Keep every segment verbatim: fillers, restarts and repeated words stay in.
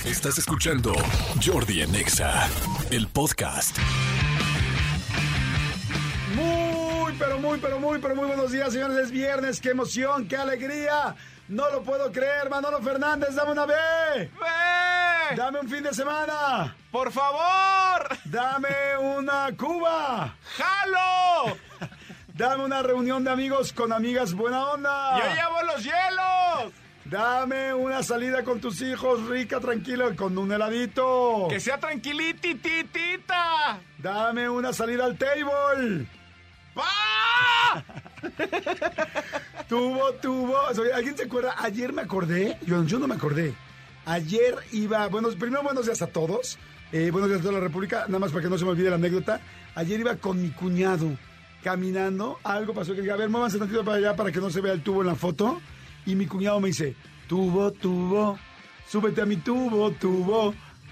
Estás escuchando Jordi en Exa, el podcast. Muy, pero muy, pero muy, pero muy buenos días, señores. Es viernes, qué emoción, qué alegría. No lo puedo creer, Manolo Fernández, dame una B. ¡Ve! Dame un fin de semana. ¡Por favor! Dame una Cuba. ¡Jalo! Dame una reunión de amigos con amigas buena onda. ¡Yo llevo los hielos! Dame una salida con tus hijos, rica, tranquila, con un heladito. ¡Que sea tranquilitititita! Dame una salida al table. ¡Ah! Tuvo, tuvo. ¿Alguien se acuerda? Ayer me acordé. Yo, yo no me acordé. Ayer iba. Bueno, primero buenos días a todos. Eh, buenos días a toda la República. Nada más para que no se me olvide la anécdota. Ayer iba con mi cuñado caminando. Algo pasó que dije, a ver, muévanse tantito para allá para que no se vea el tubo en la foto. Y mi cuñado me dice, tubo, tubo, súbete a mi tubo, tubo,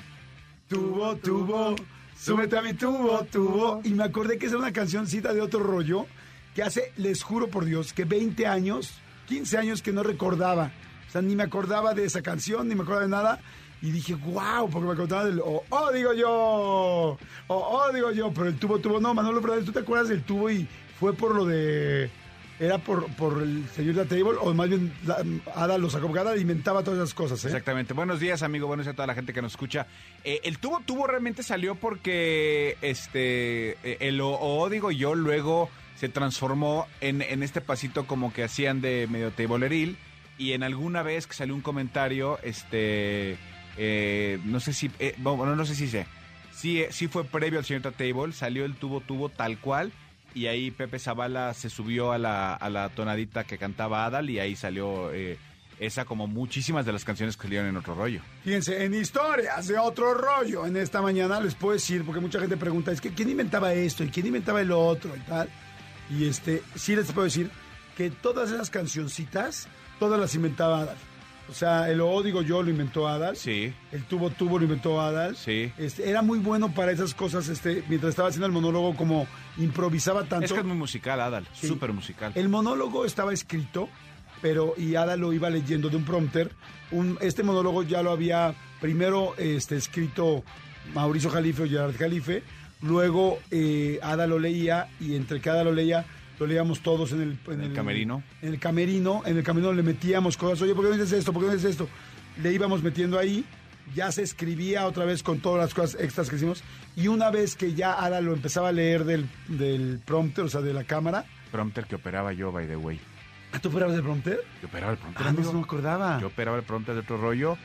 tubo, tubo, súbete a mi tubo, tubo. Y me acordé que es una cancioncita de Otro Rollo que hace, les juro por Dios, que veinte años, quince años que no recordaba. O sea, ni me acordaba de esa canción, ni me acordaba de nada. Y dije, wow, porque me acordaba del, oh, oh, digo yo, oh, oh, digo yo, pero el tubo, tubo, no, Manolo Fernández, ¿tú te acuerdas del tubo y fue por lo de... ¿Era por, por el señor de la table o más bien la, Ada lo sacó? Porque Ada inventaba todas esas cosas, ¿eh? Exactamente. Buenos días, amigo. Buenos días a toda la gente que nos escucha. Eh, el tubo tubo realmente salió porque este eh, el o, o digo yo luego se transformó en, en este pasito como que hacían de medio tableril y en alguna vez que salió un comentario, este eh, no sé si eh, bueno no sé si sé, sí sí fue previo al señor de la table, salió el tubo tubo tal cual. Y ahí Pepe Zavala se subió a la, a la tonadita que cantaba Adal y ahí salió eh, esa como muchísimas de las canciones que salieron en Otro Rollo. Fíjense, en historias de Otro Rollo, en esta mañana les puedo decir, porque mucha gente pregunta, es que ¿quién inventaba esto? ¿Y quién inventaba el otro? Y tal. Y este, sí les puedo decir que todas esas cancioncitas, todas las inventaba Adal. O sea, el O digo yo lo inventó Adal. Sí. El tubo tubo lo inventó Adal. Sí. Este, era muy bueno para esas cosas, este, mientras estaba haciendo el monólogo, como improvisaba tanto. Es que es muy musical, Adal, Sí. súper musical. El monólogo estaba escrito, pero y Adal lo iba leyendo de un prompter. Un, este monólogo ya lo había primero este, escrito Mauricio Jalife o Gerard Jalife. Luego eh, Adal lo leía y entre que Adal lo leía, lo leíamos todos en el, en el camerino. En el camerino, en el camerino le metíamos cosas. Oye, ¿por qué no dices esto? ¿Por qué no dices esto? Le íbamos metiendo ahí. Ya se escribía otra vez con todas las cosas extras que hicimos. Y una vez que ya Ada lo empezaba a leer del, del prompter, o sea, de la cámara. Prompter que operaba yo, by the way. ¿Ah, tú operabas el prompter? Yo operaba el prompter, Ah, amigo. no, no me acordaba. Yo operaba el prompter de Otro Rollo.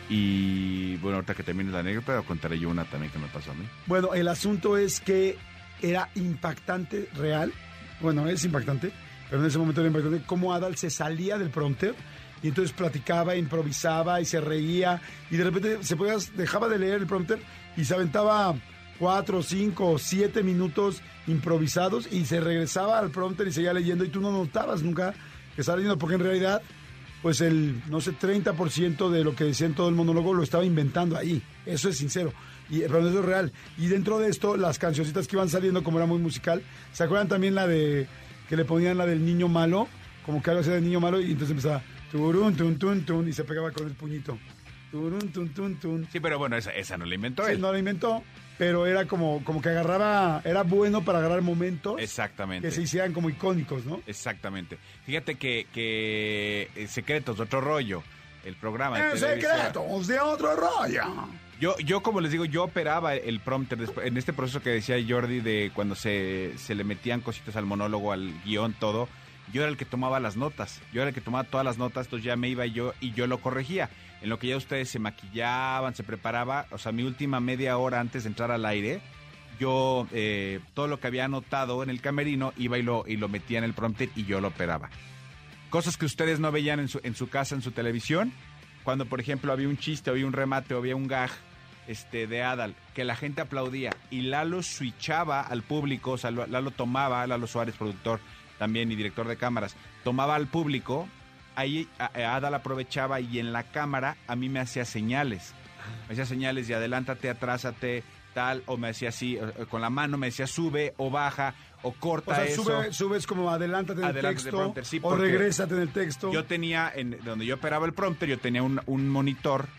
Y bueno, ahorita que termine la anécdota, contaré yo una también que me pasó a mí. Bueno, el asunto es que era impactante, real. Bueno, es impactante, pero en ese momento era impactante cómo Adal se salía del prompter y entonces platicaba, improvisaba y se reía y de repente se podía, dejaba de leer el prompter y se aventaba cuatro, cinco, siete minutos improvisados y se regresaba al prompter y seguía leyendo y tú no notabas nunca que estaba leyendo porque en realidad pues el, no sé, treinta por ciento de lo que decía en todo el monólogo lo estaba inventando ahí. Eso es sincero. Y, pero eso es real. Y dentro de esto, las cancioncitas que iban saliendo, como era muy musical, ¿se acuerdan también la de, que le ponían la del niño malo? Como que algo así de niño malo y entonces empezaba, turun, tun, tun, tun, y se pegaba con el puñito. Turun, tun, tun, tun. Sí, pero bueno, esa, esa no la inventó Sí, él. no la inventó, pero era como, como que agarraba, era bueno para agarrar momentos. Exactamente. Que se hicieran como icónicos, ¿no? Exactamente. Fíjate que, que eh, Secretos de Otro Rollo, el programa de ¡En televisión. secretos de Otro Rollo! Yo, yo, como les digo, yo operaba el prompter después, en este proceso que decía Jordi de cuando se, se le metían cositas al monólogo, al guión, todo. Yo era el que tomaba las notas, yo era el que tomaba todas las notas, entonces ya me iba yo y yo lo corregía. En lo que ya ustedes se maquillaban, se preparaba, o sea, mi última media hora antes de entrar al aire, yo eh, todo lo que había anotado en el camerino iba y lo, y lo metía en el prompter y yo lo operaba. Cosas que ustedes no veían en su, en su casa, en su televisión, cuando por ejemplo había un chiste, había un remate, había un gag este, de Adal, que la gente aplaudía y Lalo switchaba al público, o sea, Lalo tomaba, Lalo Suárez, productor también y director de cámaras, tomaba al público, ahí Adal aprovechaba y en la cámara a mí me hacía señales, me hacía señales de adelántate, atrásate, tal, o me hacía así, con la mano me decía sube o baja, o corta o sea, eso. Sube, subes como adelántate en el Adelántate texto, prompter, sí, o regrésate en el texto. Yo tenía, en donde yo operaba el prompter, yo tenía un, un monitor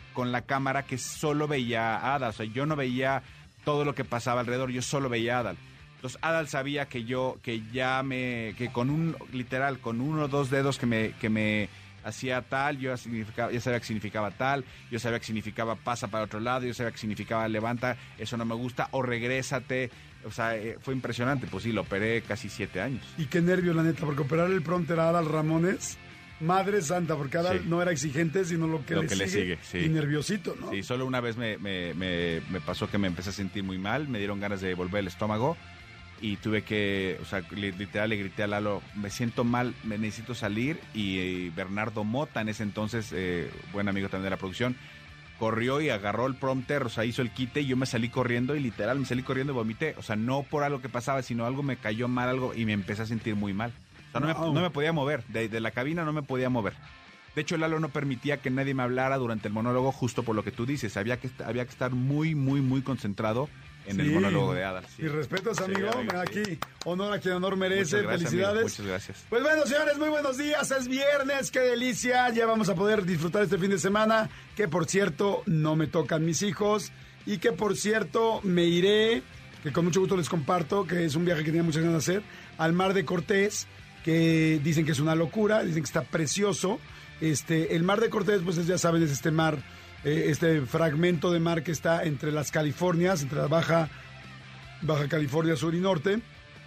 con la cámara que solo veía a Adal. O sea, yo no veía todo lo que pasaba alrededor, yo solo veía a Adal. Entonces Adal sabía que yo, que ya me, que con un, literal, con uno o dos dedos que me, que me hacía tal, yo significaba, ya sabía que significaba tal, yo sabía que significaba pasa para otro lado, yo sabía que significaba levanta, eso no me gusta, o regrésate. O sea, eh, fue impresionante. Pues sí, lo operé casi siete años. Y qué nervio, la neta, porque operar el prompter a Adal Ramones, madre santa, porque Adal Sí. no era exigente, sino lo que, Lo le, que sigue, le sigue, sí. Y nerviosito, ¿no? Sí, solo una vez me, me, me, me pasó que me empecé a sentir muy mal, me dieron ganas de volver el estómago y tuve que, o sea, literal le grité a Lalo, me siento mal, me necesito salir, y, y Bernardo Mota, en ese entonces, eh, buen amigo también de la producción, corrió y agarró el prompter, o sea, hizo el quite y yo me salí corriendo y literal me salí corriendo y vomité. O sea, no por algo que pasaba, sino algo me cayó mal, algo, y me empecé a sentir muy mal. O sea, no, Wow. me, no me podía mover, de, de la cabina no me podía mover. De hecho, Lalo no permitía que nadie me hablara durante el monólogo, justo por lo que tú dices. Había que, había que estar muy, muy, muy concentrado en Sí. el monólogo de Adal. Sí. Y respetos, Sí, amigo. amigo, Mira, sí. aquí, honor a quien honor merece. Muchas gracias, Felicidades. amigo, muchas gracias. Pues bueno, señores, muy buenos días. Es viernes, qué delicia. Ya vamos a poder disfrutar este fin de semana. Que por cierto, no me tocan mis hijos. Y que por cierto, me iré, que con mucho gusto les comparto, que es un viaje que tenía muchas ganas de hacer, al Mar de Cortés, que dicen que es una locura, dicen que está precioso. Este, el Mar de Cortés, pues ya saben, es este mar, eh, este fragmento de mar que está entre las Californias, entre la Baja. Baja California Sur y Norte,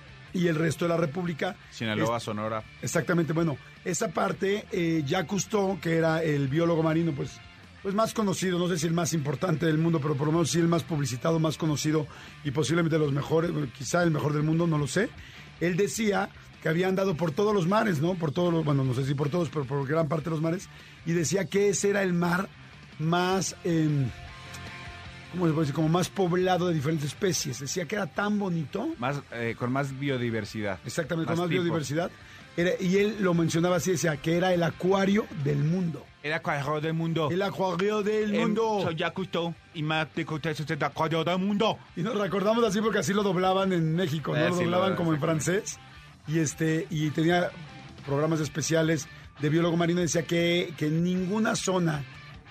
y el resto de la República. Sinaloa, Es- Sonora. Exactamente, bueno, esa parte, eh, Jacques Cousteau, que era el biólogo marino, pues, pues más conocido, no sé si el más importante del mundo, pero por lo menos sí el más publicitado, más conocido, y posiblemente los mejores, bueno, quizá el mejor del mundo, no lo sé. Él decía que había andado por todos los mares, ¿no? Por todos los, bueno, no sé si por todos, pero por gran parte de los mares, y decía que ese era el mar más... Eh, ¿cómo se puede decir? Como más poblado de diferentes especies. Decía que era tan bonito. Más, eh, con más biodiversidad. Exactamente, con más tipos. biodiversidad. Era- y él lo mencionaba así, decía que era el acuario del mundo. El acuario del mundo. El acuario del Em, mundo. Soy Jacques Cousteau y Mar de Cortés es el acuario del mundo. Y nos recordamos así porque así lo doblaban en México, ¿no? Eh, lo sí, doblaban lo- como en exactamente. francés. Y este y tenía programas especiales de biólogo marino. Decía que, que en ninguna zona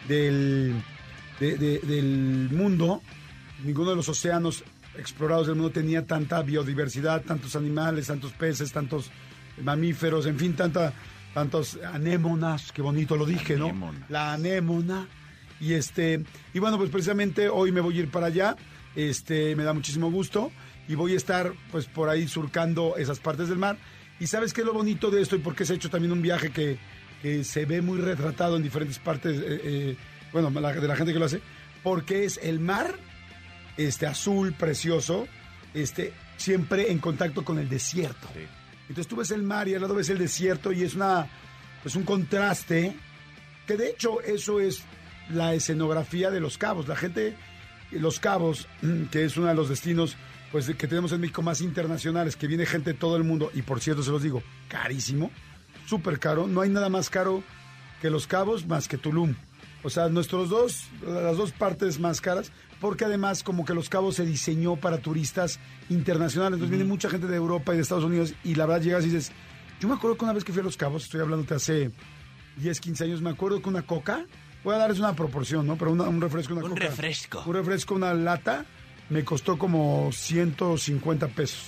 del, de- de- del mundo, ninguno de los océanos explorados del mundo tenía tanta biodiversidad, tantos animales, tantos peces, tantos mamíferos, en fin, tanta, tantos anémonas, qué bonito lo dije, ¿no? Anémona. La anémona. Y este, y bueno, pues precisamente hoy me voy a ir para allá. Este, me da muchísimo gusto y voy a estar pues por ahí surcando esas partes del mar. Y sabes qué es lo bonito de esto y por qué se ha hecho también un viaje que, que se ve muy retratado en diferentes partes, eh, eh, bueno, la- de la gente que lo hace, porque es el mar, este azul precioso, este siempre en contacto con el desierto. Sí. Entonces tú ves el mar y al lado ves el desierto y es una, pues un contraste, que de hecho eso es la escenografía de Los Cabos. La gente, Los Cabos, que es uno de los destinos pues que tenemos en México más internacionales, que viene gente de todo el mundo, y por cierto se los digo, carísimo, súper caro, no hay nada más caro que Los Cabos más que Tulum. O sea, nuestros dos, las dos partes más caras, porque además como que Los Cabos se diseñó para turistas internacionales. Entonces viene mucha gente de Europa y de Estados Unidos y la verdad llegas y dices, yo me acuerdo que una vez que fui a Los Cabos, estoy hablándote hace diez, quince años, me acuerdo que una coca, voy a darles una proporción, ¿no? Pero una- un refresco, una Un coca. refresco. Un refresco, una lata, me costó como ciento cincuenta pesos.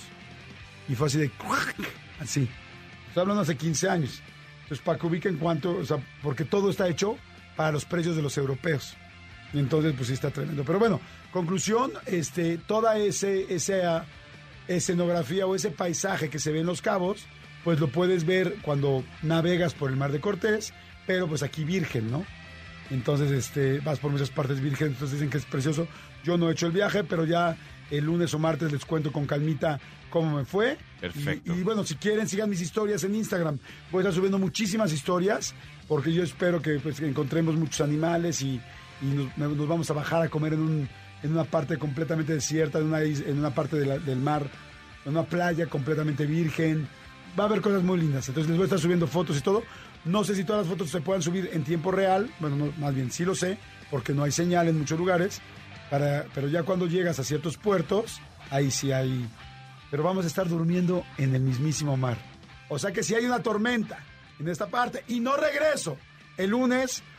Y fue así de, así. Estoy hablando hace quince años. Entonces, para que ubiquen cuánto, o sea, porque todo está hecho para los precios de los europeos. Y entonces, pues sí está tremendo. Pero bueno, conclusión, este, toda ese, esa escenografía o ese paisaje que se ve en Los Cabos, pues lo puedes ver cuando navegas por el Mar de Cortés, pero pues aquí virgen, ¿no? Entonces, este, vas por muchas partes virgen, entonces dicen que es precioso. Yo no he hecho el viaje, pero ya el lunes o martes les cuento con calmita cómo me fue. Perfecto. Y, y bueno, si quieren, sigan mis historias en Instagram. Voy a estar subiendo muchísimas historias, porque yo espero que, pues, que encontremos muchos animales y, y nos, nos vamos a bajar a comer en, un, en una parte completamente desierta, en una, is- en una parte de la- del mar, en una playa completamente virgen. Va a haber cosas muy lindas. Entonces les voy a estar subiendo fotos y todo. No sé si todas las fotos se puedan subir en tiempo real. Bueno, no, más bien sí lo sé, porque no hay señal en muchos lugares. Para, pero ya cuando llegas a ciertos puertos, ahí sí hay. Pero vamos a estar durmiendo en el mismísimo mar. O sea que si hay una tormenta en esta parte y no regreso el lunes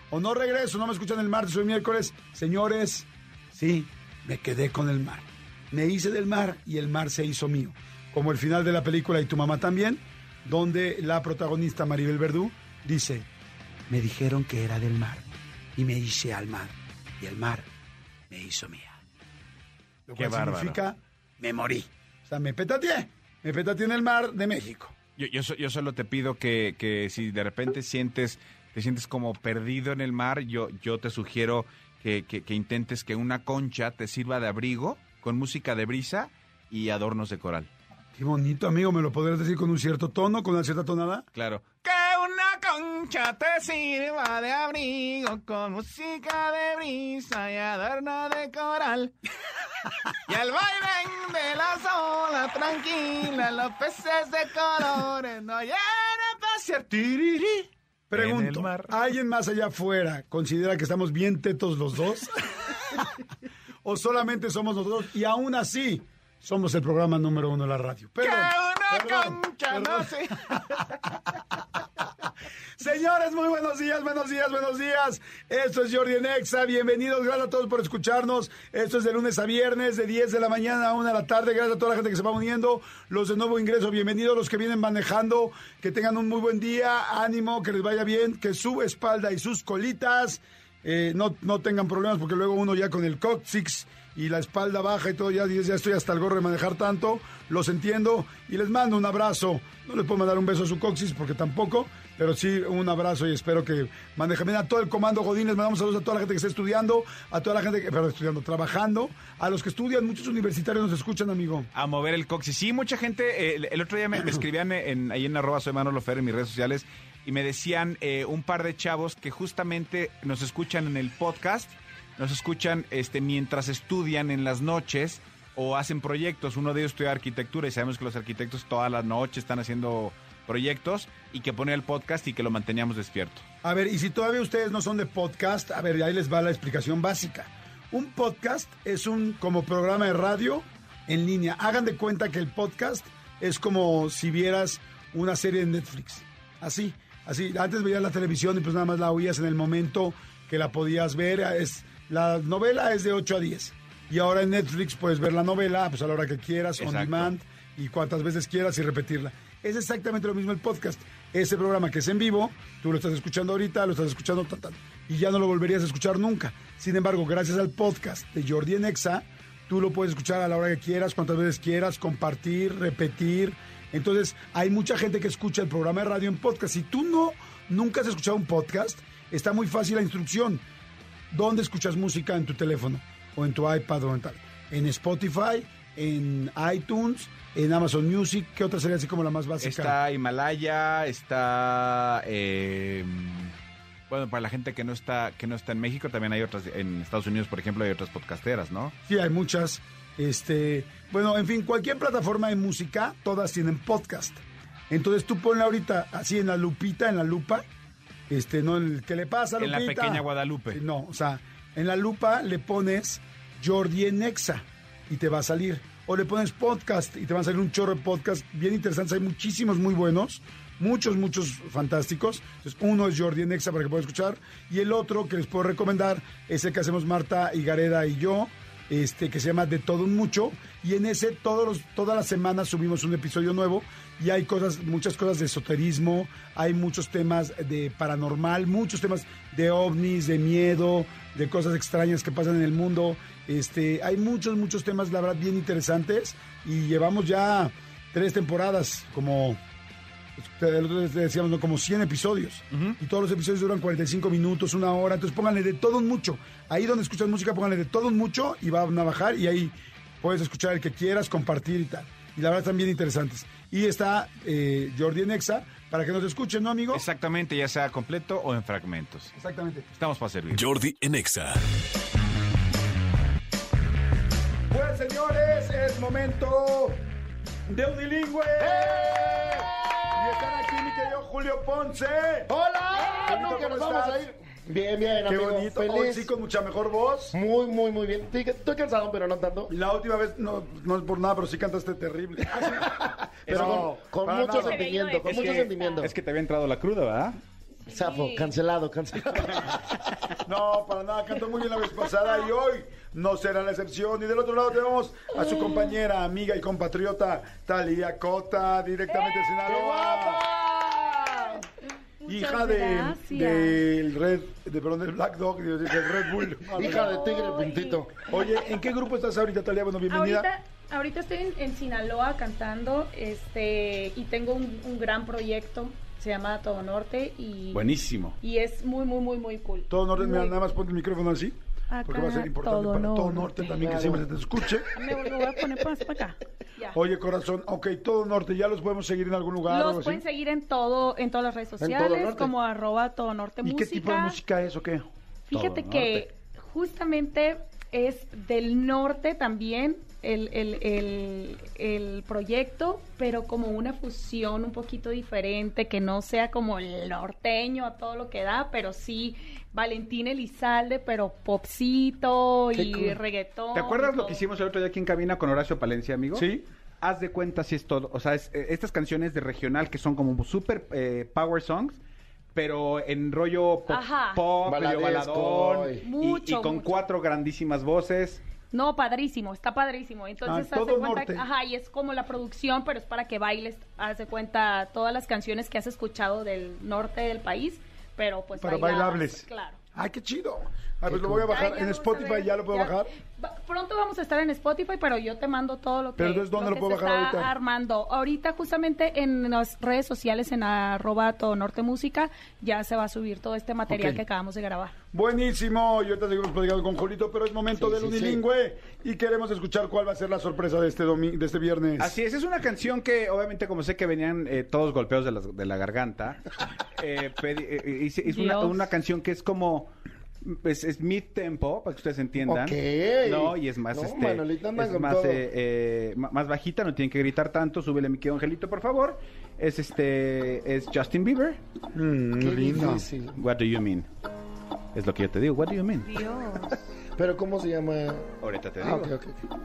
o no regreso, no me escuchan el martes o el miércoles. Señores, sí, me quedé con el mar. Me hice del mar y el mar se hizo mío. Como el final de la película Y tu mamá también, donde la protagonista Maribel Verdú dice, me dijeron que era del mar y me hice al mar y el mar me hizo mía. Lo Qué cual bárbaro. significa, me morí. O sea, me petateé, me petateé en el mar de México. Yo, yo, so- yo solo te pido que, que si de repente sientes, te sientes como perdido en el mar, yo, yo te sugiero que, que, que intentes que una concha te sirva de abrigo con música de brisa y adornos de coral. Qué bonito, amigo, ¿me lo podrías decir con un cierto tono, con una cierta tonada? Claro. Que una concha te sirva de abrigo con música de brisa y adorno de coral. Y al vaivén de la ola tranquila, los peces de colores no llegan a pasear. Tiriri. Pregunto, En el mar. ¿alguien más allá afuera considera que estamos bien tetos los dos? ¿O solamente somos nosotros? Y aún así, somos el programa número uno de la radio. Que Perdón, una perdón, concha perdón. no se... Señores, muy buenos días, buenos días, buenos días. Esto es Jordi en Exa. Bienvenidos, gracias a todos por escucharnos. Esto es de lunes a viernes, de diez de la mañana a una de la tarde. Gracias a toda la gente que se va uniendo. Los de nuevo ingreso, bienvenidos. Los que vienen manejando, que tengan un muy buen día. Ánimo, que les vaya bien, que su espalda y sus colitas eh, no, no tengan problemas, porque luego uno ya con el cóccix y la espalda baja y todo, ya, ya estoy hasta el gorro de manejar tanto. Los entiendo y les mando un abrazo. No les puedo mandar un beso a su coxis porque tampoco, pero sí un abrazo y espero que manejen bien a todo el comando Godín. Les mandamos saludos a toda la gente que está estudiando, a toda la gente que, perdón, estudiando, trabajando, a los que estudian. Muchos universitarios nos escuchan, amigo. A mover el coxis. Sí, mucha gente, eh, el, el otro día me, me escribían en, ahí en arroba soy Manolo Fer en mis redes sociales y me decían eh, un par de chavos que justamente nos escuchan en el podcast, nos escuchan este mientras estudian en las noches o hacen proyectos. Uno de ellos estudia arquitectura y sabemos que los arquitectos todas las noches están haciendo proyectos y que pone el podcast y que lo manteníamos despierto. A ver, y si todavía ustedes no son de podcast, a ver, ahí les va la explicación básica. Un podcast es un como programa de radio en línea. Hagan de cuenta que el podcast es como si vieras una serie de Netflix. Así, así. Antes veías la televisión y pues nada más la oías en el momento que la podías ver. Es, la novela es de ocho a diez. Y ahora en Netflix puedes ver la novela pues a la hora que quieras, Exacto. on demand, y cuantas veces quieras y repetirla. Es exactamente lo mismo el podcast. Ese programa que es en vivo, tú lo estás escuchando ahorita, lo estás escuchando tal, tal, y ya no lo volverías a escuchar nunca. Sin embargo, gracias al podcast de Jordi en Exa, tú lo puedes escuchar a la hora que quieras, cuantas veces quieras, compartir, repetir. Entonces, hay mucha gente que escucha el programa de radio en podcast. Si tú no, nunca has escuchado un podcast, está muy fácil la instrucción. ¿Dónde escuchas música en tu teléfono? O en tu iPad o en tal. En Spotify, en iTunes, en Amazon Music. ¿Qué otra sería así como la más básica? Está Himalaya, está... eh, bueno, para la gente que no está que no está en México, también hay otras, en Estados Unidos, por ejemplo, hay otras podcasteras, ¿no? Sí, hay muchas. Este, bueno, en fin, cualquier plataforma de música, todas tienen podcast. Entonces tú ponle ahorita así en la lupita, en la lupa, este, no el que le pasa, En Lupita. la pequeña Guadalupe. Sí, no, o sea, en la lupa le pones Jordi en Exa y te va a salir. O le pones podcast y te van a salir un chorro de podcast bien interesantes. Hay muchísimos muy buenos, muchos, muchos fantásticos. Entonces, uno es Jordi en Exa para que puedan escuchar. Y el otro que les puedo recomendar es el que hacemos Marta Higareda y yo, este, que se llama De Todo Un Mucho. Y en ese, todos los, todas las semanas subimos un episodio nuevo. Y hay cosas, muchas cosas de esoterismo, hay muchos temas de paranormal, muchos temas de ovnis, de miedo, de cosas extrañas que pasan en el mundo. Este, hay muchos, muchos temas, la verdad, bien interesantes. Y llevamos ya tres temporadas, como el otro día decíamos, ¿no? Como cien episodios. Uh-huh. Y todos los episodios duran cuarenta y cinco minutos, una hora. Entonces pónganle De Todo Un Mucho. Ahí donde escuchan música, pónganle De Todo Un Mucho y van a bajar. Y ahí puedes escuchar el que quieras, compartir y tal. Y la verdad están bien interesantes. Y está eh, Jordi en Exa para que nos escuchen, ¿no, amigo? Exactamente, ya sea completo o en fragmentos. Exactamente. Estamos para servir. Jordi en Exa. Pues, señores, es momento de Unilingüe. ¡Eh! Y están aquí mi querido Julio Ponce. ¡Hola! Julito, Nunca nos ¿cómo vamos estás? a ir. Bien, bien, Qué amigo. bonito. Feliz. Hoy sí con mucha mejor voz. Muy, muy, muy bien. Sí, que estoy cansado, pero no tanto. La última vez, no, no es por nada, pero sí cantaste terrible. Pero No, con, con para mucho nada. sentimiento, con Es mucho que- sentimiento. Es que te había entrado la cruda, ¿verdad? Zafo, cancelado, cancelado. No, para nada, cantó muy bien la vez pasada y hoy no será la excepción. Y del otro lado tenemos a su compañera, amiga y compatriota, Thalía Cota, directamente de Sinaloa. Hija de, gracias. del Red, de, perdón, del Black Dog, del Red Bull. Hija de tigre puntito. Oye, ¿en qué grupo estás ahorita, Thalía? Bueno, bienvenida. Ahorita, ahorita estoy en, en Sinaloa cantando, este, y tengo un, un gran proyecto, se llama Todo Norte y Buenísimo. y es muy muy muy muy cool. Todo norte, Muy mira, cool. nada más ponte el micrófono así, porque va a ser Acá, importante todo para todo norte. norte también, que siempre se te escuche. Me lo voy a poner más para acá. Ya. Oye, corazón, ok, todo norte, ¿ya los podemos seguir en algún lugar o Los algo pueden así? seguir en todo, en todas las redes Todo sociales, Norte. como arroba Todo Norte ¿Y Música. qué tipo de música es o qué? Fíjate Todo que justamente es del norte también el, el, el, el proyecto, pero como una fusión un poquito diferente, que no sea como el norteño a todo lo que da, pero sí Valentín Elizalde, pero popcito Qué y cool. reggaetón. ¿Te acuerdas y lo todo. que hicimos el otro día aquí en cabina con Horacio Palencia, amigo? Sí. Haz de cuenta si es todo. O sea, es, eh, estas canciones de regional que son como super eh, power songs, pero en rollo pop, Ajá. pop medio Baladesco, baladón. y- y- Mucho, y con mucho. cuatro grandísimas voces. No, padrísimo, está padrísimo. Entonces, Ah, haz de todo cuenta, norte. ajá, y es como la producción, pero es para que bailes, haz de cuenta todas las canciones que has escuchado del norte del país, pero pues Para bailadas, bailables. Claro. ¡Ay, qué chido! A ver, lo voy a bajar Ya, ya en vamos a Spotify, ver, ¿ya lo puedo ya- bajar? va- Pronto vamos a estar en Spotify, pero yo te mando todo lo que, Pero entonces, ¿dónde lo que puedo se bajar está ahorita? armando. Ahorita justamente en las redes sociales, en arroba Todo Norte Música, ya se va a subir todo este material Ok. que acabamos de grabar. Buenísimo, y ahorita seguimos platicando con Julito, pero es momento Sí, del sí, sí. unilingüe y queremos escuchar cuál va a ser la sorpresa de este domingo, de este viernes. Así es, es una canción que obviamente como sé que venían eh, todos golpeados de la, de la garganta, eh, pedí- eh, hice- es una, Dios. una canción que es como, es, es mid tempo, para que ustedes entiendan. Ok. No, y es más, No, este, Manolito anda es con más, todo. eh, eh, ma- más bajita, no tienen que gritar tanto, súbele mi querido Angelito, por favor. Es este, es Justin Bieber. Mm, Qué lindo. difícil. What do you mean? Es lo que yo te digo, what do you mean? Dios. Pero ¿cómo se llama? Ahorita te Ah, digo. ok, ok, ok.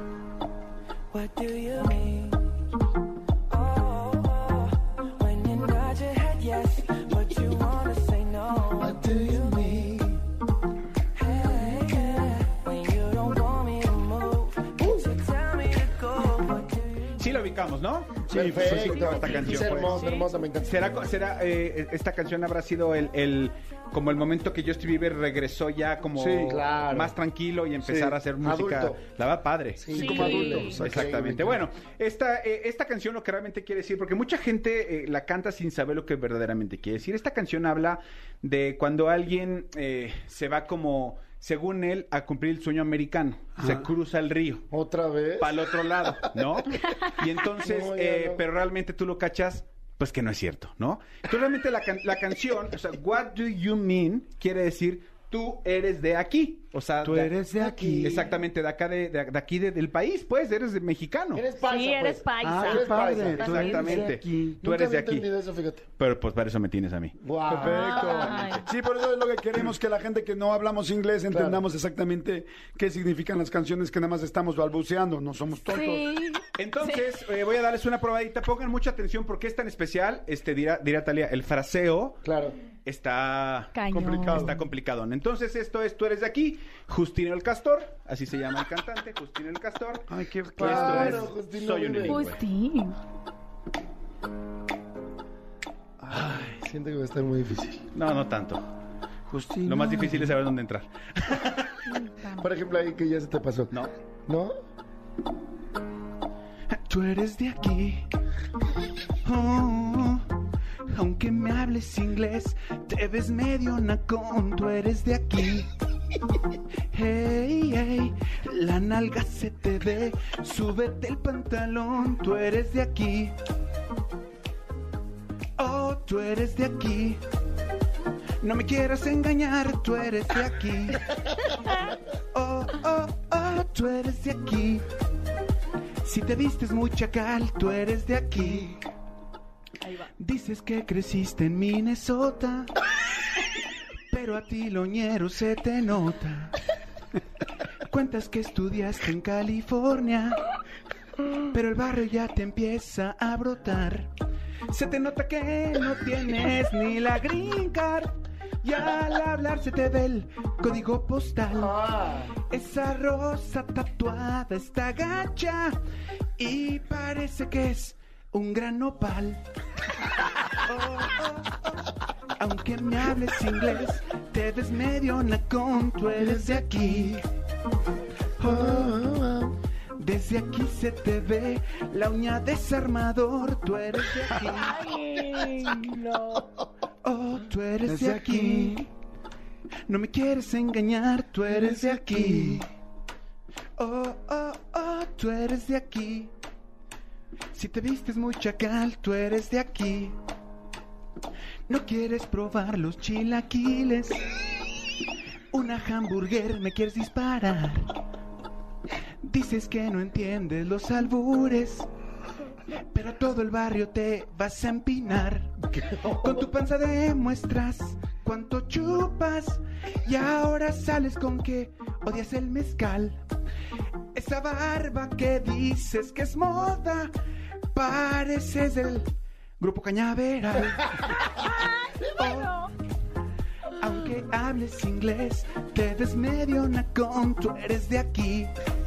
What do you mean? Oh, oh, oh. When you nod your head yes, but you wanna say no. What do you mean? Hey, yeah. When you don't want me to move, so tell me to go. What do you Sí lo ubicamos, ¿no? Sí, Perfecto. sí, sí, esta canción, Es pues. hermosa, hermosa, me encanta. ¿Será, co- será eh, esta canción habrá sido el, el como el momento que Justin Bieber regresó ya como Sí, claro. más tranquilo y empezar Sí, a hacer música? adulto. La va padre. Sí, Sí, como increíble. adultos, Exactamente. Ok, Bueno, esta, eh, esta canción lo que realmente quiere decir, porque mucha gente eh, la canta sin saber lo que verdaderamente quiere decir. Esta canción habla de cuando alguien eh, se va como, según él, a cumplir el sueño americano. Se cruza el río. ¿Otra vez? Para el otro lado, ¿no? Y entonces, No, ya eh, no. pero realmente tú lo cachas, pues que no es cierto, ¿no? Entonces realmente la, can- la canción, o sea, what do you mean, quiere decir, tú eres de aquí. O sea, Tú eres de aquí. Exactamente, de acá, de, de- de aquí de- del país, pues, eres de mexicano. Eres paisa, Sí, eres pues. paisa. Ah, Eres qué padre. paisa. Tú eres de Exactamente. aquí. Tú Nunca eres de había aquí. entendido eso, fíjate. Pero pues para eso me tienes a mí. Wow. Perfecto. Ay. Sí, por eso es lo que queremos, que la gente que no hablamos inglés entendamos exactamente qué significan las canciones que nada más estamos balbuceando, no somos tontos. Sí. Entonces, eh, voy a darles una probadita. Pongan mucha atención porque es tan especial. Este, dirá, dirá Talía, el fraseo Claro. está Cañón. complicado. Está complicado. Entonces, esto es Tú eres de aquí, Justino el Castor, así se llama el cantante, Justino el Castor. Ay, qué Y esto Claro, es Justino Soy un vive. bilingüe. Justin. Siento que va a estar muy difícil. No, no tanto. Justino. Lo más difícil es saber dónde entrar. Por ejemplo, ahí que ya se te pasó. No. ¿No? Tú eres de aquí. Oh, aunque me hables inglés, te ves medio nacón. Tú eres de aquí. Hey, hey, la nalga se te ve. Súbete el pantalón. Tú eres de aquí. Oh, tú eres de aquí. No me quieras engañar, tú eres de aquí. Oh, oh, oh, tú eres de aquí. Si te vistes muy chacal, tú eres de aquí. Ahí va. Dices que creciste en Minnesota, pero a ti loñero se te nota. Cuentas que estudiaste en California, pero el barrio ya te empieza a brotar. Se te nota que no tienes ni la green card. Y al hablar se te ve el código postal. Ah. Esa rosa tatuada está gacha y parece que es un gran nopal. Oh, oh, oh. Aunque me hables inglés, te ves medio nacón, tú eres de aquí. Oh, oh, oh. Desde aquí se te ve la uña desarmador, tú eres de aquí. Ay, no. Oh, tú eres de aquí. No me quieres engañar, tú eres de aquí. Oh, oh, oh, tú eres de aquí. Si te vistes muy chacal, tú eres de aquí. No quieres probar los chilaquiles. Una hamburger me quieres disparar. Dices que no entiendes los albures, pero todo el barrio te vas a empinar. Con tu panza demuestras cuánto chupas y ahora sales con que odias el mezcal. Esa barba que dices que es moda, pareces del grupo Cañaveral. Oh, aunque hables inglés, te ves medio nacón, tú eres de aquí.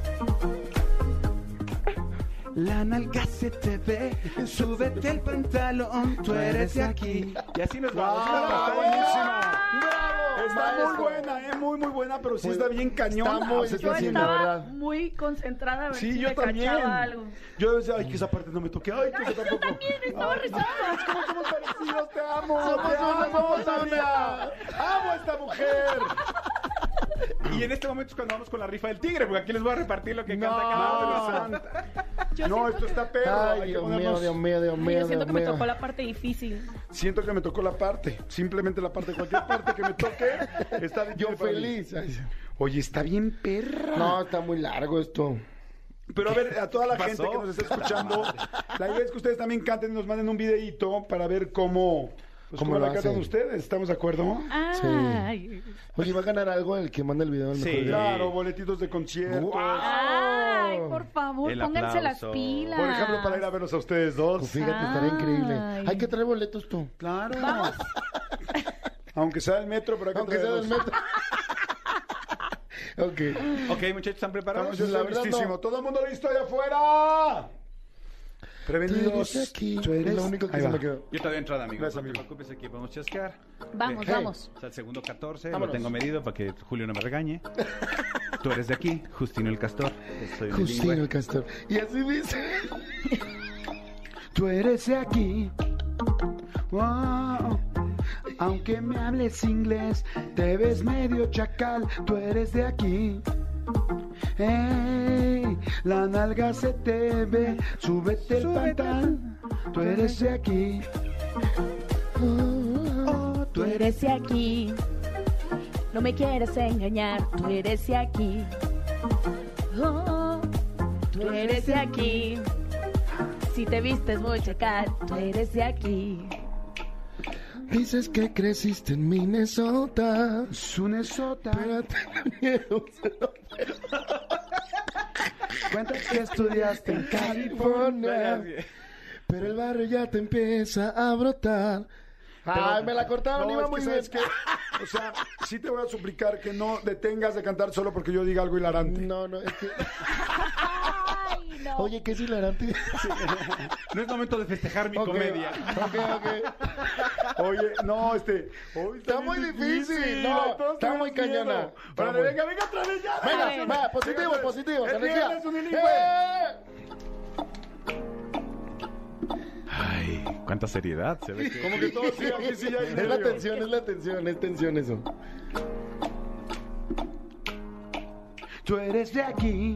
La nalga se te ve, súbete el pantalón, tú eres de aquí. Y así nos vamos. ¡Bravo! Está buenísima. ¡Bravo! Está muy maestro! buena, eh, muy, muy buena, pero sí Muy- está bien cañona. está muy o sea, Yo difícil, está la estaba verdad. muy concentrada a ver Sí, si yo me también. cachaba algo. Yo decía, ay, que esa parte no me toque. Ay, que esa tampoco. También estaba Ay, rezando. es como somos parecidos, te amo. Somos te una, amo, somos Tania. una. Amo a esta mujer. Y en este momento es cuando vamos con la rifa del tigre, porque aquí les voy a repartir lo que canta cada Madre uno. santa. Yo No, siento, esto está perro. hay Ay, que Dios mío, ponernos- Dios mío, Dios ay, mío, yo siento Dios que me mío. tocó la parte difícil. Siento que me tocó la parte. Simplemente la parte. Cualquier parte que me toque está difícil Yo para mí. feliz. Ay, Oye, está bien perra. no, está muy largo esto. Pero a ver, a toda la ¿Qué gente pasó? que nos está escuchando, la idea es que ustedes también canten y nos manden un videíto para ver cómo, pues, ¿Cómo cómo lo la cantan hacen? ustedes. ¿Estamos de acuerdo? Ay. Oye, ¿va a ganar algo el que manda el video? al Sí. mejor video? Claro, boletitos de conciertos. Ay, por favor, El pónganse las aplauso. pilas. Por ejemplo, para ir a verlos a ustedes dos. Pues fíjate, estaría increíble. Ay. Hay que traer boletos tú. Claro. Aunque sea del metro, pero hay que Aunque sea del traerlos. metro. Ok. Ok, muchachos, ¿están preparados? Estamos, yo La estoy verdad, listísimo. no. Todo el mundo listo allá afuera. Prevenidos. Tú eres aquí. Tú eres- Es lo único que Ahí se va. me quedó. Yo te doy entrada, amigo. Gracias, No te amigo. preocupes, aquí podemos chasquear. Vamos, Hey. vamos. O sea, el segundo catorce, Vámonos. lo tengo medido para que Julio no me regañe. Tú eres de aquí, Justino el Castor. Soy Justino bilingüe. el Castor. Y así dice. Tú eres de aquí. Wow. Aunque me hables inglés, te ves medio chacal. Tú eres de aquí. Ey, la nalga se te ve. Súbete el pantalón. Tú eres de aquí. Oh, tú eres de aquí. No me quieres engañar, tú eres de aquí. Oh, tú eres de aquí. Si te vistes muy chacal, tú eres de aquí. Dices que creciste en Minnesota. Sunesota. Pero tengo miedo. Cuentas que estudiaste en California. Pero el barrio ya te empieza a brotar. Ay, me la cortaron, No, iba es muy que, bien. ¿sabes qué? O sea, sí te voy a suplicar que no detengas de cantar solo porque yo diga algo hilarante. No, no, es que... Ay, no. Oye, ¿qué es hilarante? No es momento de festejar mi Ok, comedia. Ok, ok. Oye, no, este... hoy Está bien muy difícil, no, todos está muy tenemos miedo. cañona. Está Órale, muy- venga, venga otra vez ya. Venga, ver. va, positivo, Venga, positivo, es energía. viernes, unilingüe. ¡Eh! Ay, cuánta seriedad. Se ve que... Como que todo sí, aquí sí ya hay Es la nervio. tensión, es la tensión, es tensión eso. Tú eres de aquí.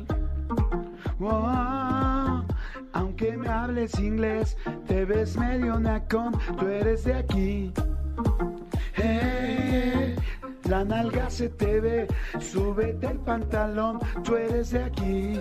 Wow. Aunque me hables inglés, te ves medio nacón. Tú eres de aquí. Hey, la nalga se te ve. Súbete el pantalón. Tú eres de aquí.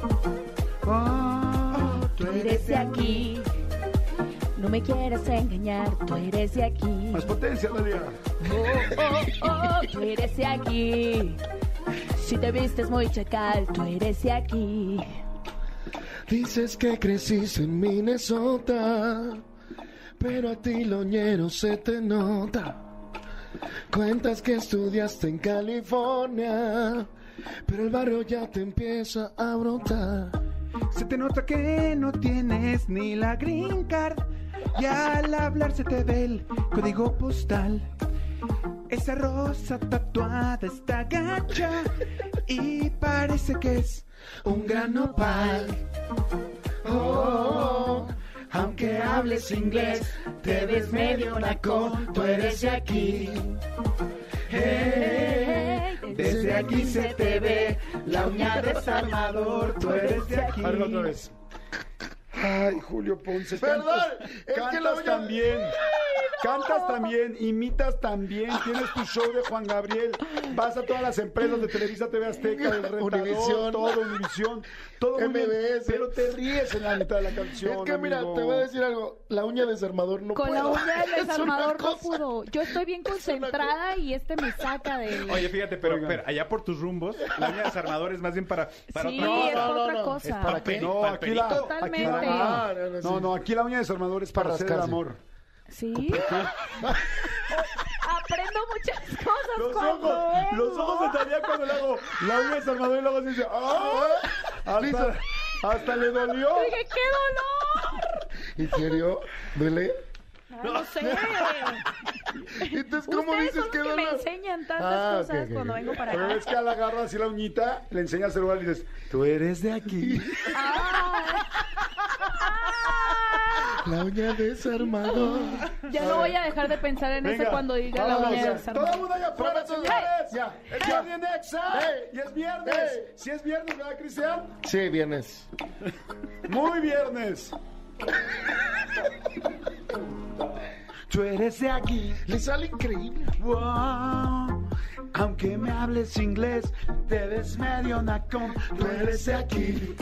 Oh, Tú eres de aquí. No me quieres engañar, tú eres de aquí. Más potencia, Dalia. Oh, oh, oh, tú eres de aquí. Si te vistes muy chacal, tú eres de aquí. Dices que creciste en Minnesota. pero a ti loñero se te nota. Cuentas que estudiaste en California, pero el barrio ya te empieza a brotar. Se te nota que no tienes ni la green card, y al hablar se te ve el código postal. Esa rosa tatuada está gacha y parece que es un gran nopal. Oh, aunque hables inglés, te ves medio nacón, tú eres de aquí. Hey, desde aquí se te ve la uña de Salvador, tú eres de aquí. Hazlo otra vez. Ay, Julio Ponce. Perdón, cantas, es cantas que la uña- también. Cantas también, imitas también, tienes tu show de Juan Gabriel, vas a todas las empresas de Televisa, T V Azteca, del Rentador, Univisión. todo Univisión, todo muy bien, M B S. pero te ríes en la mitad de la canción. Es que mira, amigo. te voy a decir algo. La uña de desarmador no Con puedo. la uña del Es una desarmador no cosa. pudo. Yo estoy bien concentrada y este me saca de... Oye, fíjate, pero, Oigan. pero allá por tus rumbos, la uña de desarmador es más bien para, para Sí, otra es cosa. otra no, no. cosa. Es para pe- No, para aquí la, perito. aquí la- Totalmente. Ah, no, no, sí. no, no, aquí la uña de desarmador es para, Para hacer el rascarse. amor. Sí. Aprendo muchas cosas Los cuando ojos, vengo. los ojos de Talía cuando le hago la uña de desarmador y luego se dice, ¡ah! Hasta, hasta le dolió. Dije, ¡qué dolor! ¿En serio? ¿Duele? Ay, no sé. Entonces, ¿cómo Ustedes dices son que los que me dolor? enseñan tantas Ah, ok, cosas ok, cuando ok. vengo para Pero acá. es que al agarrar así la uñita, le enseñas el celular y dices, tú eres de aquí. Ay. La uña de desarmador. Ya no voy a dejar de pensar en eso cuando diga la vámonos, uña de ya. desarmador. Todo el mundo allá afuera, señores. Ya. Es Jordi en Exa. Hey. Y es viernes. Hey. Si es viernes, ¿verdad, Cristian? Sí, viernes. Muy viernes. Tú eres de aquí. Le sale increíble. Wow. Aunque me hables inglés, te ves medio nacón. Tú eres de aquí.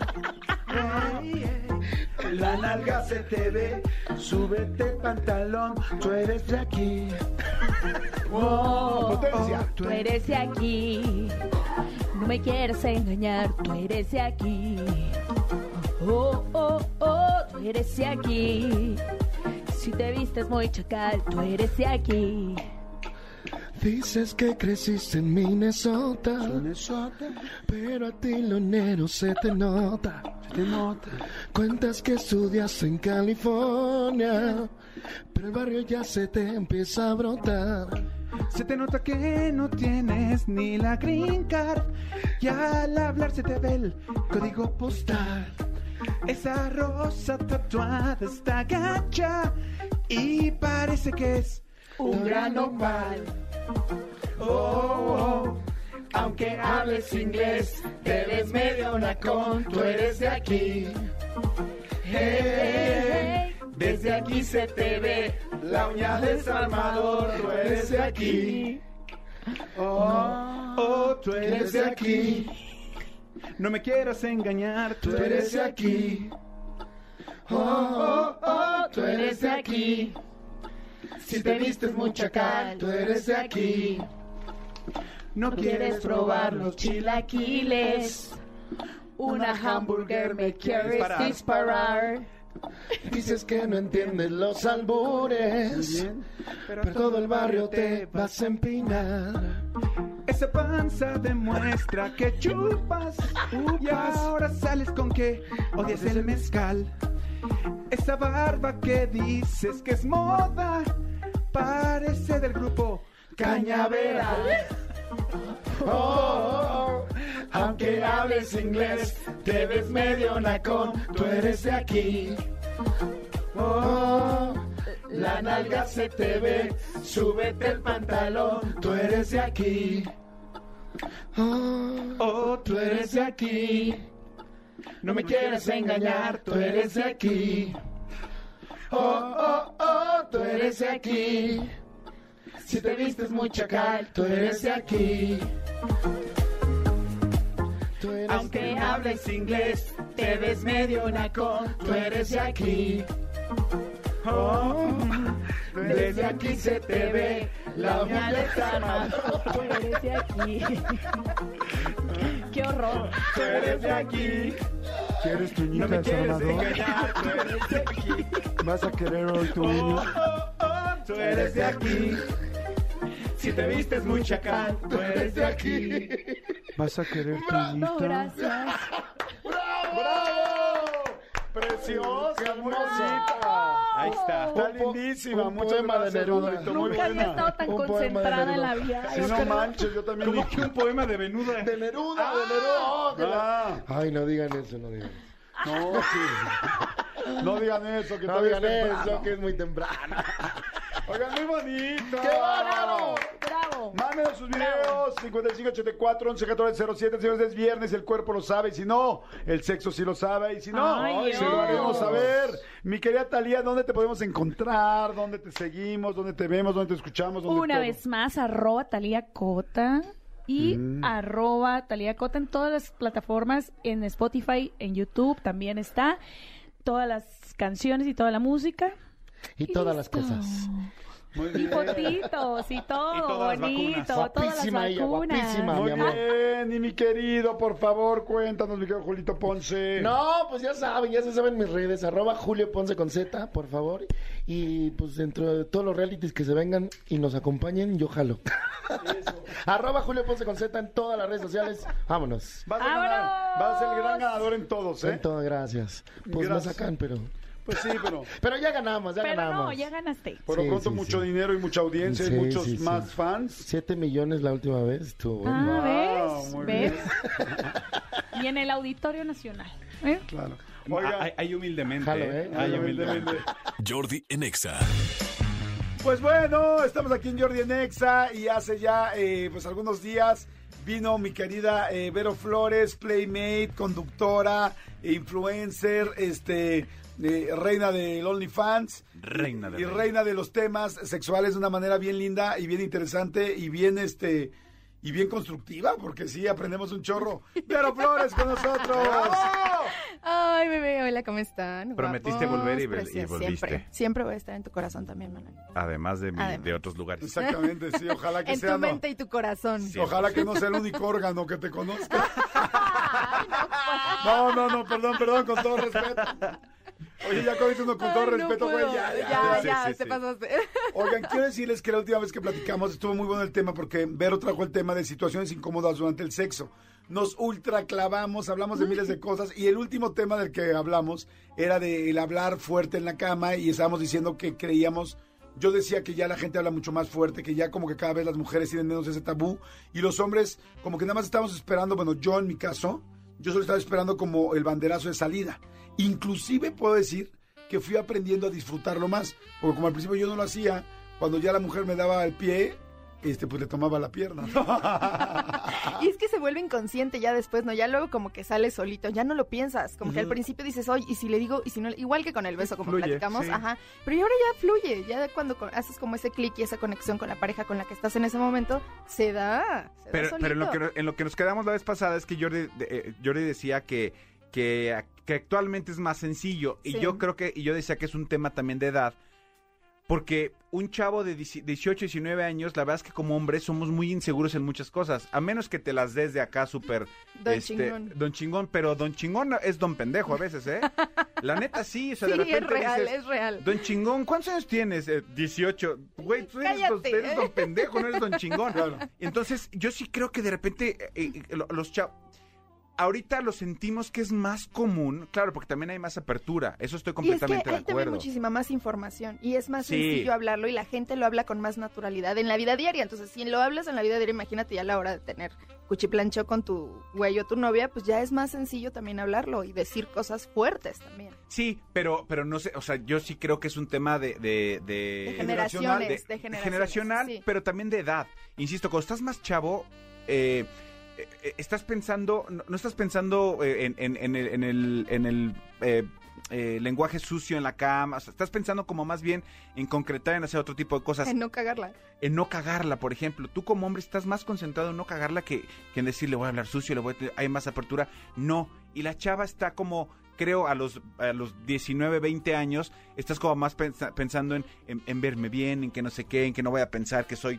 La nalga se te ve, súbete el pantalón. Tú eres de aquí. Wow. Potencia. Tú eres de aquí. No me quieres engañar. Tú eres de aquí. Oh, oh, oh. Tú eres de aquí. Si te vistes muy chacal, tú eres de aquí. Dices que creciste en Minnesota, Minnesota, pero a ti lo negro se te nota. te nota. Cuentas que estudiaste en California, pero el barrio ya se te empieza a brotar. Se te nota que no tienes ni la green card, y al hablar se te ve el código postal. Esa rosa tatuada está gacha y parece que es un gran nopal. Oh, oh, aunque hables inglés, te ves medio nacón, tú eres de aquí. Hey, desde aquí se te ve la uña de desarmador, tú eres de aquí. Oh, oh, tú eres de aquí. No me quieras engañar, tú eres de aquí. Oh, oh, oh, tú eres de aquí. Si te vistes muy chacal, tú eres de aquí. No quieres probar los chilaquiles. Una hamburger me quieres disparar. Dices que no entiendes los albures, pero todo el barrio te vas a empinar. Esa panza demuestra que chupas, y ahora sales con que odias el mezcal. Esa barba que dices que es moda parece del grupo Cañaveral. Oh, oh, oh, aunque hables inglés, te ves medio nacón, tú eres de aquí. Oh, la nalga se te ve, súbete el pantalón, tú eres de aquí. Oh, Oh, tú eres de aquí. No me quieres engañar, tú eres de aquí. Oh, oh, oh, tú eres de aquí. Si te vistes muy chacal, tú eres de aquí. tú eres Aunque hables inglés, te ves medio nacón, tú eres de aquí. Oh, desde aquí se te ve la uña de desarmador. Tú eres de aquí. Qué horror. Tú eres de aquí. ¿Quieres tu No me niña, quieres Salvador? engañar, tú eres de aquí. ¿Vas a querer hoy tu Oh, niño? oh, oh, tú eres de aquí. Si te vistes muy chacal, tú eres de aquí. ¿Vas a querer tu No, niñita? gracias. ¡Bravo! Preciosa, muy bonita. Ahí está. Está Un po- lindísima. un Muchas poema de gracias, Neruda. Rodrito, muy Nunca había estado buena. tan Un poema de concentrada en la Neruda. vida. Si Yo no creo- manches, yo también Como dije. que un poema de Venuda. De Neruda, de Neruda. Oh, que la- Ah, Ay, no digan eso, no digan eso. no, sí. No digan eso, que No todavía digan es eso, temprano. que es muy temprano. Oigan, muy bonito. ¡Qué bárbaro! Bravo. Mándenos sus videos, cincuenta y cinco ochenta y cuatro once catorce cero siete, señores, es viernes, el cuerpo lo sabe, y si no, el sexo sí lo sabe, y si no, Ay, se lo Dios. haremos saber. Mi querida Talía, ¿dónde te podemos encontrar? ¿Dónde te seguimos? ¿Dónde te vemos? ¿Dónde te escuchamos? ¿Dónde Una todo? vez más, arroba Talía Cota y Mm. arroba Talía Cota en todas las plataformas, en Spotify, en YouTube también está. Todas las canciones y toda la música. Y todas las listo. cosas. Muy Y bien. fotitos y todo Y todas las bonito, vacunas. todas las Guapísima ella, vacunas. guapísima. Muy mi amor. bien, y mi querido, por favor, cuéntanos, mi querido Julito Ponce. No, pues ya saben, ya se saben mis redes, arroba Julio Ponce con Z, por favor. Y pues dentro de todos los realities que se vengan y nos acompañen, yo jalo. arroba Julio Ponce con Z en todas las redes sociales. Vámonos. Vas a ganar, ¡Vámonos! vas a ser el gran ganador en todos, ¿eh? En todo, gracias. Pues Gracias. me sacan, pero... Pues sí, pero Pero ya ganamos, ya Pero ganamos. no, ya ganaste. por lo Sí, pronto sí, mucho sí. dinero y mucha audiencia y Sí, muchos sí, sí. más fans. Siete millones la última vez, estuvo bueno. Ah, Wow, ¿ves? muy ¿Ves? bien. Y en el Auditorio Nacional. ¿eh? Claro. Ah, Oiga, Hay, hay humildemente. Jalo, ¿eh? ¿eh? Hay Ay, humildemente. humildemente. Jordi en Exa. Pues bueno, estamos aquí en Jordi en Exa y hace ya eh, pues algunos días vino mi querida eh, Vero Flores, Playmate, conductora, influencer, este eh, reina del OnlyFans. Reina de y reina. reina de los temas sexuales de una manera bien linda y bien interesante y bien este y bien constructiva, porque sí aprendemos un chorro. Vero Flores con nosotros. Ay, bebé, hola, ¿cómo están? Prometiste Guapos, volver y vol- y preciosos, volviste. Siempre, siempre voy a estar en tu corazón también, Manuel. Además de, mi- Además. de otros lugares. Exactamente, sí, ojalá que En sea tu no, mente y tu corazón. Sí. ojalá que no sea el único órgano que te conozca. No, no, no, perdón, perdón, con todo respeto. Oye, ya con uno con todo Ay, no respeto, güey, puedo. ya, ya. Ya, sí, ya, sí, te sí. pasaste. Oigan, quiero decirles que la última vez que platicamos estuvo muy bueno el tema porque Vero trajo el tema de situaciones incómodas durante el sexo. Nos ultra clavamos, hablamos de miles de cosas y el último tema del que hablamos era del hablar fuerte en la cama y estábamos diciendo que creíamos, yo decía que ya la gente habla mucho más fuerte, que ya como que cada vez las mujeres tienen menos ese tabú y los hombres como que nada más estamos esperando, bueno, yo en mi caso, yo solo estaba esperando como el banderazo de salida. Inclusive puedo decir que fui aprendiendo a disfrutarlo más, porque como al principio yo no lo hacía, cuando ya la mujer me daba el pie, este pues le tomaba la pierna. Y es que se vuelve inconsciente ya después, ¿no? Ya luego como que sale solito, ya no lo piensas. Como que al Ujú. principio dices, oye, y si le digo, y si no, igual que con el beso, como Fluye, platicamos, sí. ajá. Pero y ahora ya fluye, ya cuando co- haces como ese clic y esa conexión con la pareja con la que estás en ese momento, se da. Se Pero, da pero en, lo solito. que, en lo que nos quedamos la vez pasada es que Jordi, de- eh, Jordi decía que, que, que actualmente es más sencillo. Y Sí. yo creo que, y yo decía que es un tema también de edad. Porque un chavo de dieciocho, diecinueve años, la verdad es que como hombres somos muy inseguros en muchas cosas. A menos que te las des de acá súper... Don este, chingón. Don chingón, pero don chingón es don pendejo a veces, ¿eh? La neta sí, o sea, de Sí, repente es real, dices... es real. Don chingón, ¿cuántos años tienes? Eh, dieciocho. Güey, tú eres, don, Cállate. eres don pendejo, no eres don chingón. Claro. Entonces, yo sí creo que de repente eh, eh, lo- los chavos... Ahorita lo sentimos que es más común, claro, porque también hay más apertura. Eso estoy Y es que completamente hay de también acuerdo. muchísima más información y es más Sí. sencillo hablarlo y la gente lo habla con más naturalidad en la vida diaria. Entonces, si lo hablas en la vida diaria, imagínate ya a la hora de tener cuchiplancho con tu güey o tu novia, pues ya es más sencillo también hablarlo y decir cosas fuertes también. Sí, pero, pero no sé, o sea, yo sí creo que es un tema de... De, de, De generacional, generaciones, de- de generaciones. generacional, sí. pero también de edad. Insisto, cuando estás más chavo, eh, eh, eh, estás pensando, no, no estás pensando eh, en, en- en el, en el, en el eh, eh, lenguaje sucio en la cama, o sea, estás pensando como más bien en concretar, en hacer otro tipo de cosas, En no cagarla. en no cagarla, por ejemplo. Tú como hombre estás más concentrado en no cagarla que, que en decir, le voy a hablar sucio, le voy a tener- hay más apertura. No, y la chava está como... Creo a los a los diecinueve, veinte años, estás como más pensa- pensando en, en, en verme bien, en que no sé qué, en que no voy a pensar que soy tal.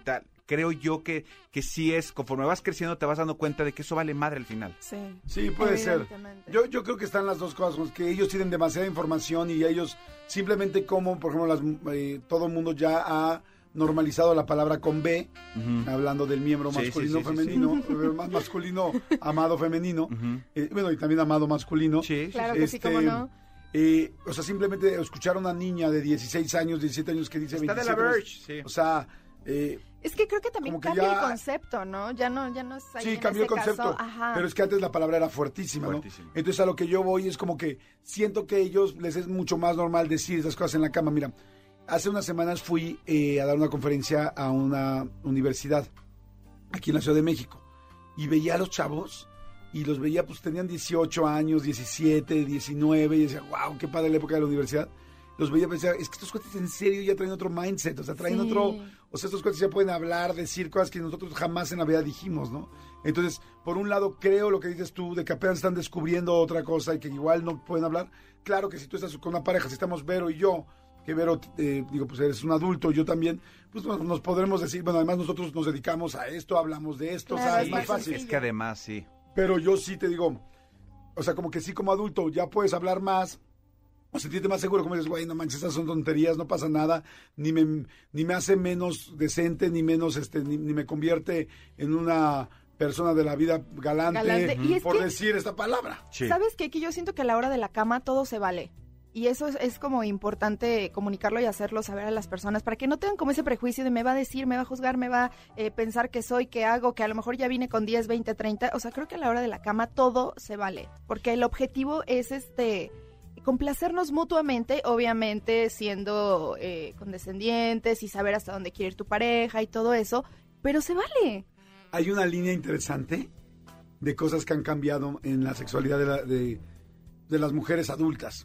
creo yo que, que sí es, conforme vas creciendo te vas dando cuenta de que eso vale madre al final. Sí. Sí, puede ser. Evidentemente. Yo, yo creo que están las dos cosas, que ellos tienen demasiada información y ellos simplemente como, por ejemplo, las, eh, todo el mundo ya ha normalizado la palabra con B, Ujú. hablando del miembro Sí, masculino, sí, sí, sí, femenino, eh, más masculino, amado, femenino, Ujú. eh, bueno, y también amado masculino. Sí, sí, Claro sí. que sí, cómo no. eh, o sea, simplemente escuchar a una niña de dieciséis años, diecisiete años que dice Está de la veintisiete años, Verge, sí. o sea, eh, Es que creo que también Como que cambia ya- el concepto, ¿no? Ya no, ya no es ahí sí, en cambió el ese concepto, caso, ajá. pero es que antes la palabra era fuertísima, Fuertísima. ¿no? Entonces a lo que yo voy es como que siento que a ellos les es mucho más normal decir esas cosas en la cama. Mira, hace unas semanas fui eh, a dar una conferencia a una universidad aquí en la Ciudad de México y veía a los chavos y los veía, pues tenían dieciocho años, diecisiete, diecinueve y decía, wow, qué padre la época de la universidad. Los veía y pensaba, es que estos cuates en serio ya traen otro mindset, o sea, traen Sí. otro, o sea, estos cuates ya pueden hablar, decir cosas que nosotros jamás en la vida dijimos, ¿no? Entonces, por un lado, creo lo que dices tú, de que apenas están descubriendo otra cosa y que igual no pueden hablar. Claro que si tú estás con una pareja, si estamos Vero y yo, que Vero, eh, digo, pues eres un adulto, yo también, pues nos, nos podremos decir, bueno, además nosotros nos dedicamos a esto, hablamos de esto, Claro, o sea, es es más más fácil. Es que además, sí. Pero yo sí te digo, o sea, como que sí como adulto ya puedes hablar más o sentirte más seguro, como dices, güey, no manches, esas son tonterías, no pasa nada, ni me, ni me hace menos decente, ni menos, este, ni, ni me convierte en una persona de la vida galante, Galante. Y es por que- decir esta palabra. Sí. ¿Sabes qué? Que yo siento que a la hora de la cama todo se vale. Y eso es, es como importante comunicarlo y hacerlo saber a las personas para que no tengan como ese prejuicio de me va a decir, me va a juzgar, me va a eh, pensar que soy, que hago, que a lo mejor ya vine con diez, veinte, treinta. O sea, creo que a la hora de la cama todo se vale. Porque el objetivo es este complacernos mutuamente, obviamente siendo eh, condescendientes y saber hasta dónde quiere ir tu pareja y todo eso. Pero se vale. Hay una línea interesante de cosas que han cambiado en la sexualidad de, la- de- de las mujeres adultas.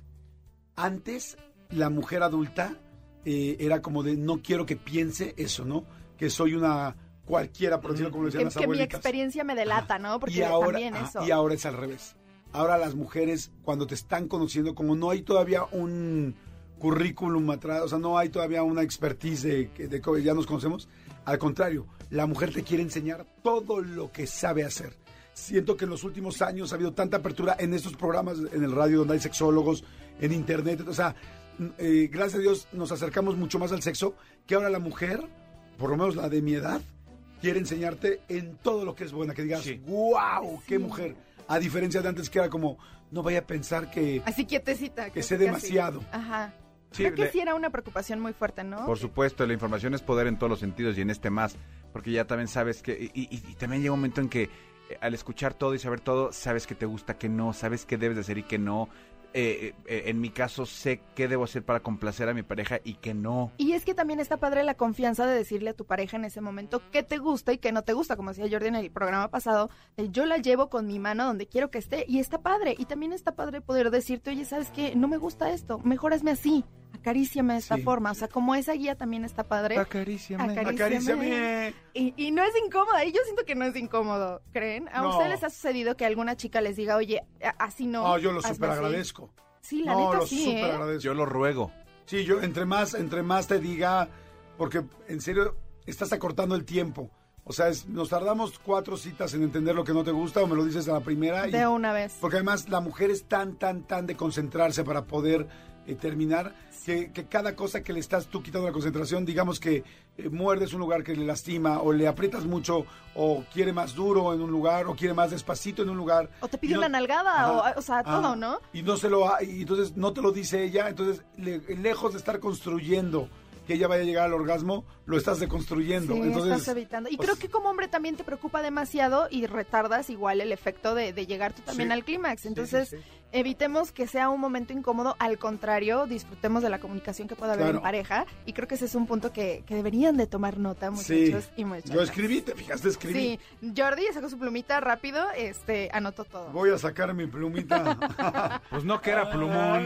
Antes, la mujer adulta eh, era como de no quiero que piense eso, ¿no? Que soy una cualquiera, por decirlo como lo decían Que, las que mi abuelitas. experiencia me delata, ¿no? Porque y ahora, también ajá, eso. y ahora es al revés. Ahora las mujeres, cuando te están conociendo, como no hay todavía un currículum atrás, o sea, no hay todavía una expertise de que de que ya nos conocemos, al contrario, la mujer te quiere enseñar todo lo que sabe hacer. Siento que en los últimos años ha habido tanta apertura en estos programas, en el radio donde hay sexólogos, en internet, o sea, eh, gracias a Dios nos acercamos mucho más al sexo, que ahora la mujer, por lo menos la de mi edad, quiere enseñarte en todo lo que es buena, que digas, Sí. wow, qué mujer. A diferencia de antes que era como, no vaya a pensar que... Así quietecita. Que casi, sé casi. demasiado. Ajá. Sí, Creo que le- sí era una preocupación muy fuerte, ¿no? Por supuesto, la información es poder en todos los sentidos y en este más, porque ya también sabes que, y, y- y también llega un momento en que eh, al escuchar todo y saber todo, sabes que te gusta, que no, sabes qué debes de hacer y que no. Eh, eh, en mi caso, sé qué debo hacer para complacer a mi pareja y que no. Y es que también está padre la confianza de decirle a tu pareja en ese momento qué te gusta y qué no te gusta, como decía Jordi en el programa pasado, de yo la llevo con mi mano donde quiero que esté y está padre. Y también está padre poder decirte, oye, ¿sabes qué? No me gusta esto, mejor hazme así, acaríciame de esta Sí. forma. O sea, como esa guía también está padre. Acaríciame. Acaríciame. Acaríciame. Y, y no es incómoda, y yo siento que no es incómodo, ¿creen? ¿A No. ustedes les ha sucedido que alguna chica les diga, oye, a- así no? No, yo lo hazme súper así"? agradezco. Sí, la No, neta lo sí, súper ¿eh? agradezco. Yo lo ruego. Sí, yo entre más, entre más te diga, porque en serio estás acortando el tiempo. O sea, es- nos tardamos cuatro citas en entender lo que no te gusta o me lo dices a la primera. Y, De una vez. porque además la mujer es tan, tan, tan de concentrarse para poder eh, terminar, que, que cada cosa que le estás tú quitando la concentración, digamos que eh, muerdes un lugar que le lastima o le aprietas mucho o quiere más duro en un lugar o quiere más despacito en un lugar. O te y pide no- una nalgada, Ajá, o, o sea, ajá. todo, ¿no? Y no se lo ha- y entonces no te lo dice ella, entonces le- lejos de estar construyendo que ella vaya a llegar al orgasmo, lo estás deconstruyendo. Sí, entonces, estás evitando. Y pues, creo que como hombre también te preocupa demasiado y retardas igual el efecto de, de llegar tú también Sí. al clímax. sí, Entonces, sí, sí. evitemos que sea un momento incómodo. Al contrario, disfrutemos de la comunicación que pueda haber Claro. en pareja. Y creo que ese es un punto que, que deberían de tomar nota, Sí. muchachos y muchachas. Yo escribí, te fijaste, escribí. Sí, Jordi sacó su plumita rápido, este, anotó todo. Voy a sacar mi plumita. Pues no que era plumón.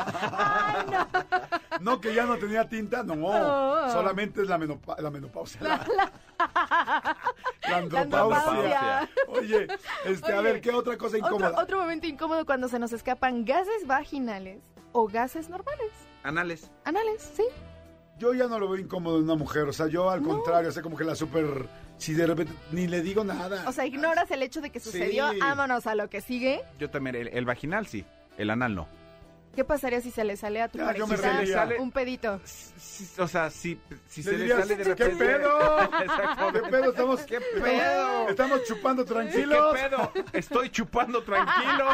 Ay, no. No, que ya no tenía tinta, no. No. Solamente es la, menopa- la menopausia. La, la andropausia. andropausia. Oye, este, a Oye, ver, ¿qué otra cosa incómoda? Otro, otro momento incómodo cuando se nos escapan gases vaginales o gases normales. Anales. Anales, sí. Yo ya no lo veo incómodo en una mujer, o sea, yo al No. contrario, o sea, como que la súper, si de repente ni le digo nada. O sea, ignoras el hecho de que sucedió, Sí. vámonos a lo que sigue. Yo también, el, el vaginal sí, el anal no. ¿Qué pasaría si se le sale a tu Ya, yo me parejita reiría. un pedito? Sí, o sea, si, si Le se le dirías, sale de ¿qué repente... pedo? Exactamente. ¿Qué pedo? Estamos, ¿Qué estamos- pedo? estamos chupando Sí, tranquilos. ¿Qué pedo? Estoy chupando tranquilo.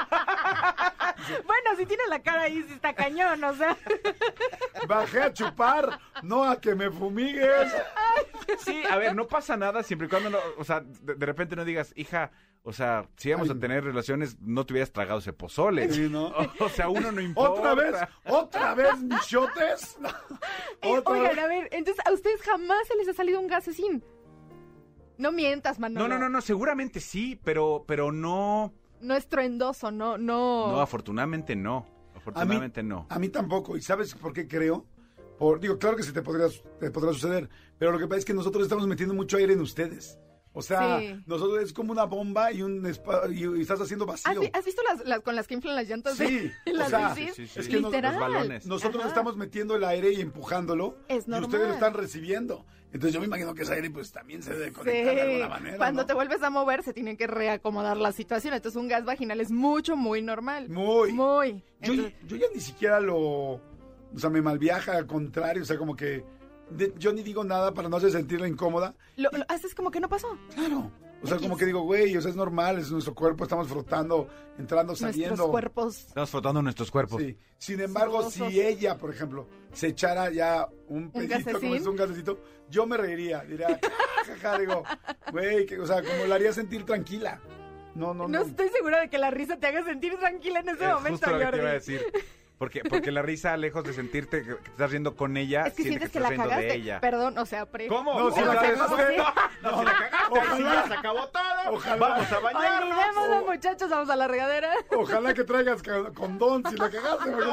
Bueno, si tiene la cara ahí, si está cañón, o sea. Bajé a chupar, no a que me fumigues. Sí, a ver, no pasa nada siempre y cuando, no, o sea, de, de repente no digas, hija, o sea, si íbamos Ay. a tener relaciones, no te hubieras tragado ese pozole. Sí, ¿no? O, o sea, uno no importa. ¿Otra vez? ¿Otra vez, michotes? Eh, ¿Otra oigan, vez? a ver, entonces a ustedes jamás se les ha salido un gasecín. No mientas, Manolo. No, no, no, no, seguramente sí, pero, pero no, No estruendoso, no, no. no, afortunadamente no. Afortunadamente no. A mí tampoco. ¿Y sabes por qué creo? Por, digo, claro que sí te podría, te podrá suceder, pero lo que pasa es que nosotros estamos metiendo mucho aire en ustedes. O sea, Sí. nosotros es como una bomba y un espa- y, y estás haciendo ¿Has, vacío. vi- has visto las, las con las que inflan las llantas Sí, de o las sea, bicis? sí, sí, es sí. que nos- Literal. los balones. Nosotros Ajá. estamos metiendo el aire y empujándolo. Es y normal. ustedes lo están recibiendo. Entonces yo me imagino que ese aire pues también se debe conectar de alguna manera. Cuando ¿no? te vuelves a mover se tienen que reacomodar la situación. Entonces un gas vaginal es mucho, muy normal. Muy. Muy. Yo, Entonces, yo ya ni siquiera lo... O sea, me malviaja, al contrario. O sea, como que... de- yo ni digo nada para no hacer sentirla incómoda. lo, lo haces como que no pasó. Claro. O sea, X. como que digo, güey, o sea, es normal, es nuestro cuerpo, estamos frotando, entrando, saliendo. Nuestros cuerpos. Estamos frotando nuestros cuerpos. Sí. Sin embargo, Sudorosos. si ella, por ejemplo, se echara ya un pedito, gasecín. como es un gasecito, yo me reiría. Diría, jaja, digo, güey, que, o sea, como la haría sentir tranquila. No, no, No no. estoy segura de que la risa te haga sentir tranquila en ese Es momento, justo lo que te Jordi. iba a decir. Porque, porque la risa, lejos de sentirte que te estás riendo con ella, Es que siente sientes que, estás la riendo de cagaste. ella. Perdón, o sea, pre... ¿Cómo? No, si O la sea, cagaste. no, no, si la cagaste, ahí sí ya se acabó todo. Ojalá. Vamos a bañarnos. Olvidémonos, muchachos, vamos a la regadera. Ojalá que traigas ca- condón si la cagaste. porque-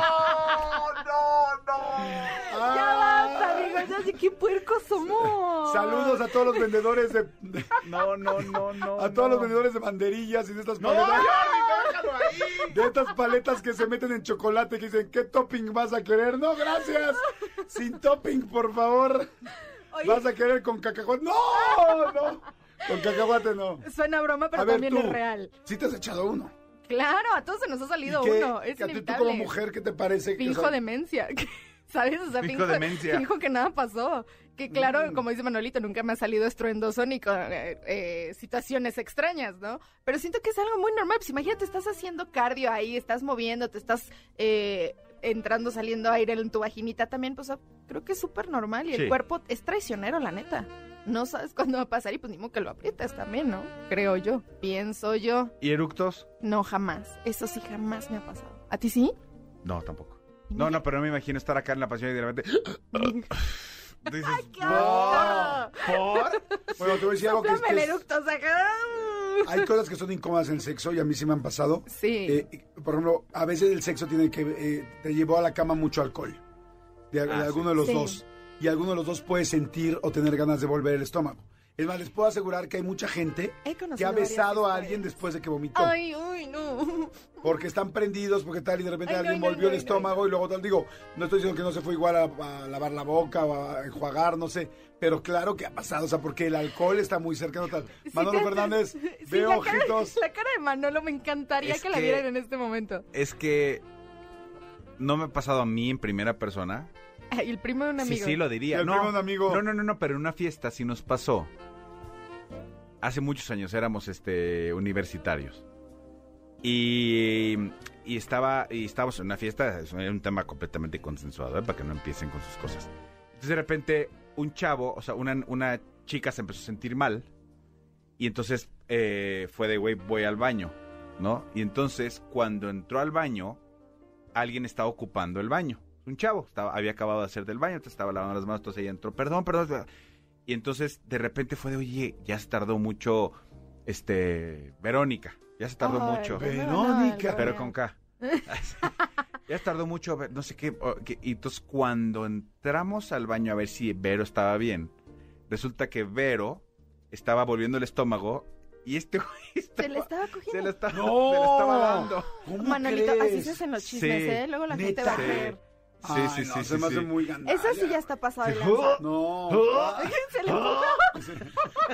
Ya basta, amigos, ya sé qué puercos somos. Saludos a todos los vendedores de, de- No, no, no, no. a todos los no. vendedores de banderillas y de estas No, paletas. Jordi, déjalo ahí. De estas paletas que se meten en chocolate que dicen, ¿qué topping vas a querer? No, gracias. Sin topping, por favor. Oye, ¿Vas a querer con cacahuate? No, no. Con cacahuate no. suena broma, pero A ver, también tú, es real. sí te has echado uno. Claro, a todos se nos ha salido ¿Y qué- uno. Es que a ti tú inevitable. como mujer, ¿qué te parece? que, Finjo o sea, demencia. ¿Sabes? O sea, Finjo finjo, demencia. finjo que nada pasó. Que claro, Mm. como dice Manolito, nunca me ha salido estruendoso ni con eh, eh, situaciones extrañas, ¿no? Pero siento que es algo muy normal. Pues imagínate, estás haciendo cardio ahí, estás moviendo, te estás eh, entrando, saliendo aire en tu vaginita también, pues creo que es súper normal. Y Sí. el cuerpo es traicionero, la neta. No sabes cuándo va a pasar y pues ni modo que lo aprietas también, ¿no? Creo yo, pienso yo. ¿Y eructos? No, jamás. Eso sí jamás me ha pasado. ¿A ti sí? No, tampoco. No, no, pero no me imagino estar acá en la pasión y de repente... Dices, ¡Qué ¿por? asco! ¿Por? Bueno, te voy a decir algo que es, Sóplame que el es- eructo, o sea, que- hay cosas que son incómodas en el sexo y a mí sí me han pasado. Sí. Eh, por ejemplo, a veces el sexo tiene que eh, te llevó a la cama mucho alcohol. De, de Ah, sí. alguno de los Sí. dos. Y alguno de los dos puede sentir o tener ganas de volver el estómago. Es más, les puedo asegurar que hay mucha gente He conocido que ha varias besado a historias. alguien después de que vomitó. Ay, uy, no. Porque están prendidos, porque tal, y de repente Ay, no, alguien no, volvió no, el no, estómago y luego tal. Digo, no estoy diciendo que no se fue igual a, a lavar la boca o a enjuagar, no sé. Pero claro que ha pasado, o sea, porque el alcohol está muy cercano. Tal. Sí, Manolo te- Fernández, sí, veo la cara- ojitos. La cara de Manolo me encantaría Es que la que- vieran en este momento. Es que no me ha pasado a mí en primera persona. Ay, el primo de un Sí, amigo. sí, lo diría. Y el no, primo de un amigo. no, no, no, no, pero en una fiesta sí nos pasó. Hace muchos años éramos este universitarios. Y, y estaba y estábamos en una fiesta, es un tema completamente consensuado, ¿eh? Para que no empiecen con sus cosas. Entonces de repente un chavo, o sea, una, una chica se empezó a sentir mal. Y entonces eh, fue de, güey, voy al baño, ¿no? Y entonces cuando entró al baño, alguien estaba ocupando el baño. Un chavo, estaba, había acabado de hacer del baño, entonces estaba lavando las manos, entonces ella entró, perdón, perdón. Y entonces de repente fue de, oye, ya se tardó mucho, este, Verónica, ya se tardó Ay, mucho. pues no, Verónica. no, Pero no. con K. Ya se tardó mucho, no sé qué, o- qué. Y entonces cuando entramos al baño a ver si Vero estaba bien, resulta que Vero estaba volviendo el estómago y este güey estaba- Se le estaba se cogiendo. le estaba, ¡No! se le estaba dando. ¿Cómo Manolito, así crees? se hacen los chismes, Sí. ¿eh? Luego la gente Neta. va a creer. Sí, Ay, sí, no, sí, se sí, me hace sí. muy gandalla. Eso sí ya está pasado de Sí. lanza. No. Se le empujó.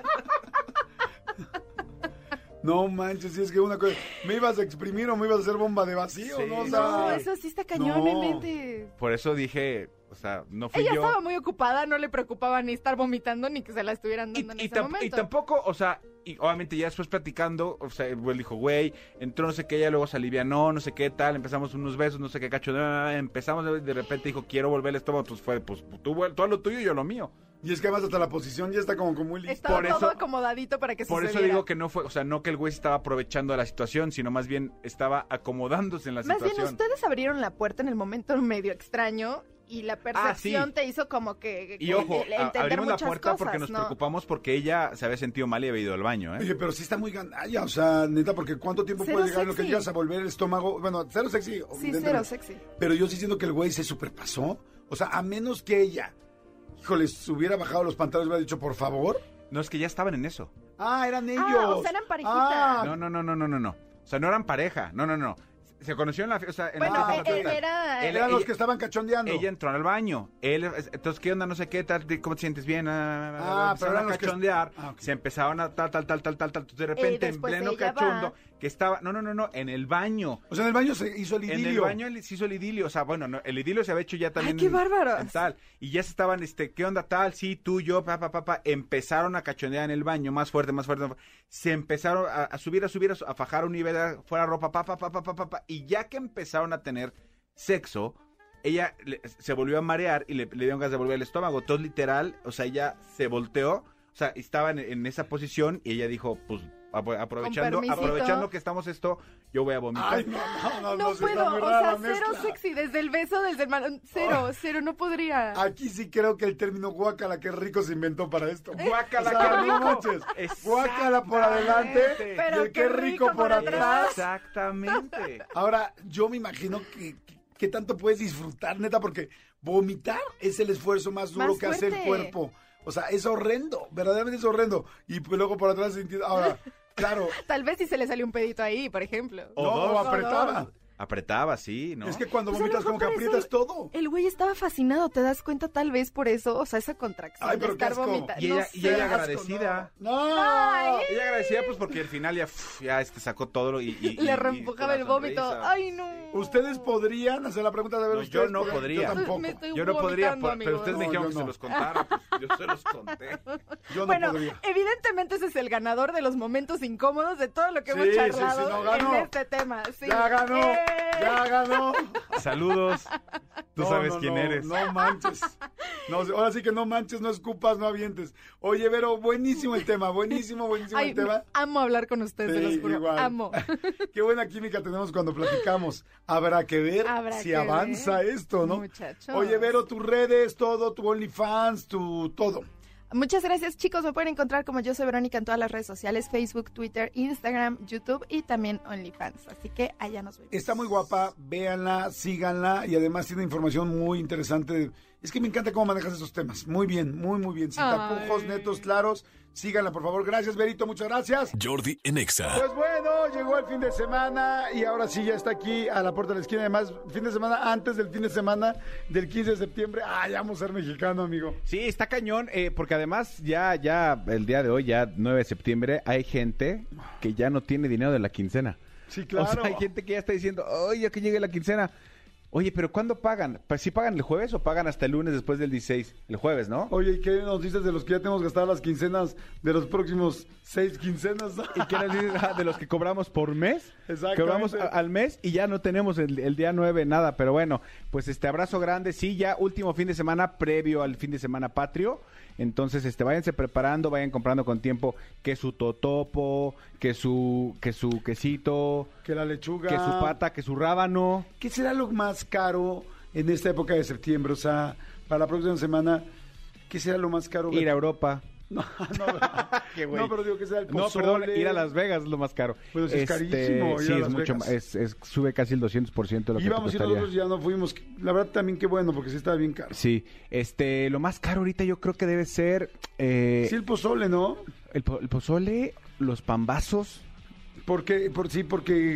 No manches, si es que una cosa... ¿Me ibas a exprimir o me ibas a hacer bomba de vacío? Sí. ¿no? O sea, No, eso sí está cañón, No. no inventes. Por eso dije, o sea, no fui Ella yo. estaba muy ocupada, no le preocupaba ni estar vomitando ni que se la estuvieran Y, dando en y ese tam- momento. y tampoco, o sea, y obviamente ya después platicando, o sea, él dijo, güey, entró no sé qué, ella luego se alivianó, no sé qué tal, empezamos unos besos, no sé qué cacho, empezamos, de repente dijo, quiero volver al estómago, pues fue, pues tú, tú a lo tuyo y yo a lo mío. Y es que además hasta la posición ya está como que muy lista. Estaba por todo eso- acomodadito para que Por eso sucediera. digo que no fue, o sea, no que el güey se estaba aprovechando de la situación, sino más bien estaba acomodándose en la Más bien, situación. ustedes abrieron la puerta en el momento medio extraño y la percepción Ah, sí. te hizo como que, Y que ojo, el- a- entender abrimos la muchas puerta porque cosas, nos ¿no? preocupamos porque ella se había sentido mal y había ido al baño, ¿eh? Oye, pero sí está muy gandalla, o sea, neta, porque ¿cuánto tiempo Cero puede llegar en lo que sexy. llegas a volver el estómago? Bueno, cero sexy, Sí, evidentemente. cero sexy. Pero yo sí siento que el güey se superpasó. O sea, a menos que ella, híjole, se hubiera bajado los pantalones y hubiera dicho, por favor. No, es que ya estaban en eso. Ah, eran ellos. Ah, o sea, eran parejitas. Ah, No, no, no, no, no, no, no. O sea, no eran pareja. No, no, no. Se conoció en la fiesta. O sea, en Bueno, la eh, fiesta eh, total. era... Él- eran los ella- que estaban cachondeando. Ella entró al baño. Él, entonces, ¿qué onda? No sé qué, tal, ¿cómo te sientes bien? Ah, Ah, pero empezaron eran a los que- cachondear. Ah, ok. Se empezaron a tal, tal, tal, tal, tal, tal. De repente, en después pleno ella cachondo, va. que estaba, no, no, no, no, en el baño. O sea, en el baño se hizo el En idilio. el baño él se hizo el idilio, o sea, bueno, no, el idilio se había hecho ya también. qué en- bárbaros! en tal, y ya se estaban, este, ¿qué onda tal? Sí, tú, yo, papá, papá, empezaron a cachondear en el baño, más fuerte, más fuerte, más fuerte. Se empezaron a, a subir, a subir, a, su- a fajar un nivel, fuera ropa, papá, papá, papá, papá, y ya que empezaron a tener sexo, ella le- se volvió a marear y le, le dieron gas de volver al estómago, entonces literal, o sea, ella se volteó, o sea, estaba en, en esa posición y ella dijo, pues, apro- aprovechando, permisito. aprovechando que estamos esto, yo voy a vomitar. Ay, no, no, no, No, no, sí está puedo, muy o rara sea, la cero mezcla. sexy, desde el beso, desde el mano, cero, cero, no podría. Aquí sí creo que el término guácala, qué rico se inventó para esto. Guácala, O sea, qué no rico. manches. Guácala por adelante Exactamente. y el qué rico por atrás. Exactamente. Ahora, yo me imagino que, que, que tanto puedes disfrutar, neta, porque vomitar es el esfuerzo más duro Más que hace el fuerte. cuerpo. O sea, es horrendo, verdaderamente es horrendo. Y pues luego por atrás, sintiendo- ahora, claro, Tal vez si se le salió un pedito ahí, por ejemplo. O no, dos. o apretaba. Apretaba, sí, ¿no? Es que cuando Pues a lo vomitas como que mejor por aprietas eso todo. El güey estaba fascinado, ¿te das cuenta tal vez por eso? O sea, esa contracción Ay, de pero qué estar asco. vomitando. Y no ella, sé. y ella asco, agradecida. No. Ella agradecida pues porque al final ya, uf, ya este sacó todo lo- y, y- Le y- reempujaba y el con la vómito. sonrisa. Ay, no. ¿Ustedes podrían hacer la pregunta de ver No, ustedes? yo no Porque podría. Yo tampoco. Me estoy Yo no podría, vomitando, por- pero ustedes me No, dijeron yo que no. se los contara, pues yo se los conté. Yo no Bueno, podría. evidentemente ese es el ganador de los momentos incómodos de todo lo que Sí, hemos sí, charlado sí, no, ganó. en este tema. Sí. Ya ganó, ¡Eh! ya ganó. Saludos. Tú No, sabes no, quién no, eres. No manches. No, ahora sí que no manches, no escupas, no avientes. Oye, Vero, buenísimo el tema, buenísimo, buenísimo Ay, el tema. amo hablar con ustedes, se Sí, los juro. igual. Amo. Qué buena química tenemos cuando platicamos. Habrá que ver Habrá si que avanza ver, esto, ¿no? muchachos. Oye, Vero, tus redes, todo, tu OnlyFans, tu todo. Muchas gracias, chicos. Me pueden encontrar como Yo Soy Verónica en todas las redes sociales: Facebook, Twitter, Instagram, YouTube y también OnlyFans. Así que allá nos vemos. Está muy guapa, véanla, síganla y además tiene información muy interesante. Es que me encanta cómo manejas esos temas. Muy bien, muy, muy bien. Sin Ay. tapujos, netos, claros. Síganla, por favor. Gracias, Verito, muchas gracias. Jordi en Exa. Pues bueno, llegó el fin de semana y ahora sí ya está aquí a la puerta de la esquina. Además, fin de semana antes del fin de semana del quince de septiembre. Ah, ya vamos a ser mexicano, amigo. Sí, está cañón, eh, porque además ya, ya el día de hoy, ya nueve de septiembre, hay gente que ya no tiene dinero de la quincena. Sí, claro. O sea, hay gente que ya está diciendo, oye, que llegue la quincena. Oye, pero ¿cuándo pagan? ¿Pues sí pagan el jueves o pagan hasta el lunes después del dieciséis? El jueves, ¿no? Oye, ¿y qué nos dices de los que ya tenemos gastadas las quincenas de los próximos seis quincenas? ¿Y qué nos dices ah, de los que cobramos por mes? Exactamente. Cobramos a- al mes y ya no tenemos el, el día nueve nada. Pero bueno, pues este abrazo grande. Sí, ya último fin de semana previo al fin de semana patrio. Entonces, este, váyanse preparando, vayan comprando con tiempo que su totopo, que su, que su quesito, Que la lechuga. que su pata, que su rábano. ¿Qué será lo más caro en esta época de septiembre? O sea, para la próxima semana, ¿qué será lo más caro? Ir a Europa. No, no, Qué güey. no, pero digo que será el No, pozole. perdón, ir a Las Vegas es lo más caro. Pero sí es carísimo ir Sí, a es Las mucho Vegas. más, es, es- sube casi el doscientos por ciento de lo que te Íbamos y costaría. nosotros ya no fuimos. La verdad también qué bueno, porque sí estaba bien caro. Sí, este, lo más caro ahorita yo creo que debe ser eh, Sí, el pozole, ¿no? el, po- el pozole, los pambazos. Porque, por, sí, porque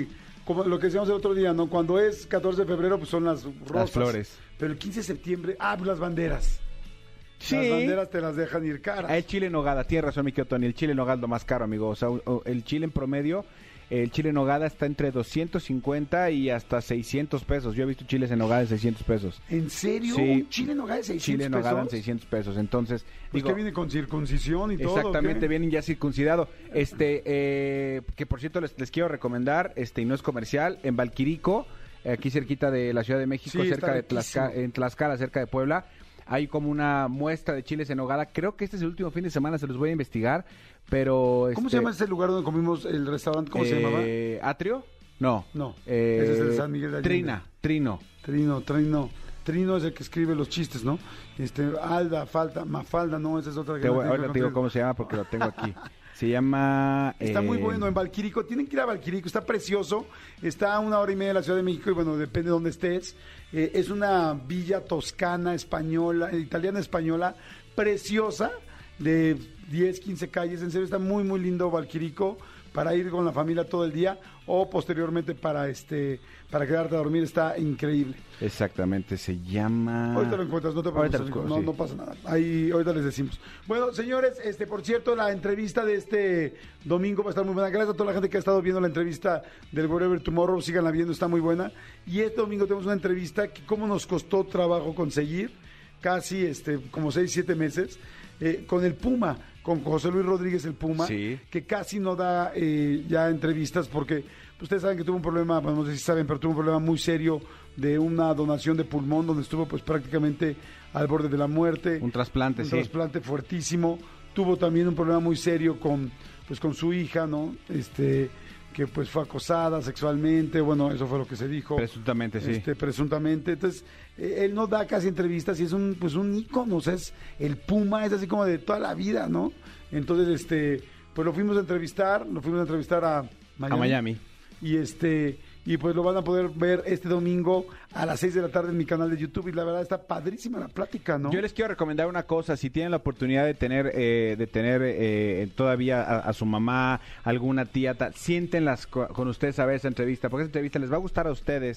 como lo que decíamos el otro día, ¿no? Cuando es catorce de febrero, pues son las rosas. Las flores. Pero el quince de septiembre, ah, pues las banderas. Sí. Las banderas te las dejan ir caras. El chile en nogada, tienes razón, mi querido Tony. El chile en nogada es lo más caro, amigo. O sea, el chile en promedio, el chile en nogada está entre doscientos cincuenta y hasta seiscientos pesos. Yo he visto chiles en nogada de seiscientos pesos. ¿En serio? Sí. ¿Un chile en nogada de seiscientos Chile en nogada en pesos? seiscientos pesos. Entonces, Pues digo, que viene con circuncisión y todo. exactamente, ¿qué? vienen ya circuncidado. Este, eh, que por cierto les, les quiero recomendar, este, y no es comercial, en Valquirico, aquí cerquita de la Ciudad de México, Sí, cerca está de Tlaxcala, riquísimo. en Tlaxcala, cerca de Puebla. Hay como una muestra de chiles en nogada. Creo que este es el último fin de semana, se los voy a investigar, pero... ¿Cómo este, se llama ese lugar donde comimos el restaurante? ¿Cómo se llamaba? eh, ¿Atrio? No. No, Eh, ese es el San Miguel de Allende. Trina, Trino. Trino, Trino. Trino es el que escribe los chistes, ¿no? Este, Alda, Falta, Mafalda, no, esa es otra que Te no voy- tengo ahora que te digo contar. cómo se llama porque lo tengo aquí. Se llama... Está muy eh, bueno en Valquirico, tienen que ir a Valquirico, está precioso, está a una hora y media de la Ciudad de México y bueno, depende de dónde estés. Eh, es una villa toscana, española, eh, italiana española, preciosa, de diez, quince calles, en serio está muy muy lindo Valquirico para ir con la familia todo el día o posteriormente para este para quedarte a dormir, está increíble. Exactamente, se llama... Ahorita lo encuentras, no te Ahorita preocupes, lo no, sí. no pasa nada. Ahí ahorita les decimos. Bueno, señores, este por cierto, la entrevista de este domingo va a estar muy buena. Gracias a toda la gente que ha estado viendo la entrevista del Wherever Tomorrow, síganla viendo, está muy buena. Y este domingo tenemos una entrevista que cómo nos costó trabajo conseguir, casi este como seis, siete meses, eh, con el Puma, con José Luis Rodríguez el Puma, Sí. que casi no da eh, ya entrevistas porque pues, ustedes saben que tuvo un problema, bueno, no sé si saben, pero tuvo un problema muy serio de una donación de pulmón donde estuvo pues prácticamente al borde de la muerte. Un trasplante, Un sí. trasplante fuertísimo. Tuvo también un problema muy serio con pues con su hija, ¿no? Este que pues fue acosada sexualmente, bueno, eso fue lo que se dijo. Presuntamente, sí. Este, presuntamente. Entonces, eh, él no da casi entrevistas y es un pues un ícono, o sea, es el Puma, es así como de toda la vida, ¿no? Entonces, este, pues lo fuimos a entrevistar, lo fuimos a entrevistar a Miami. A Miami. Y este, y pues lo van a poder ver este domingo a las seis de la tarde en mi canal de YouTube y la verdad está padrísima la plática, ¿no? Yo les quiero recomendar una cosa, si tienen la oportunidad de tener eh, de tener eh, todavía a, a su mamá, alguna tía, tal, siéntenlas co- con ustedes a ver esa entrevista, porque esa entrevista les va a gustar a ustedes,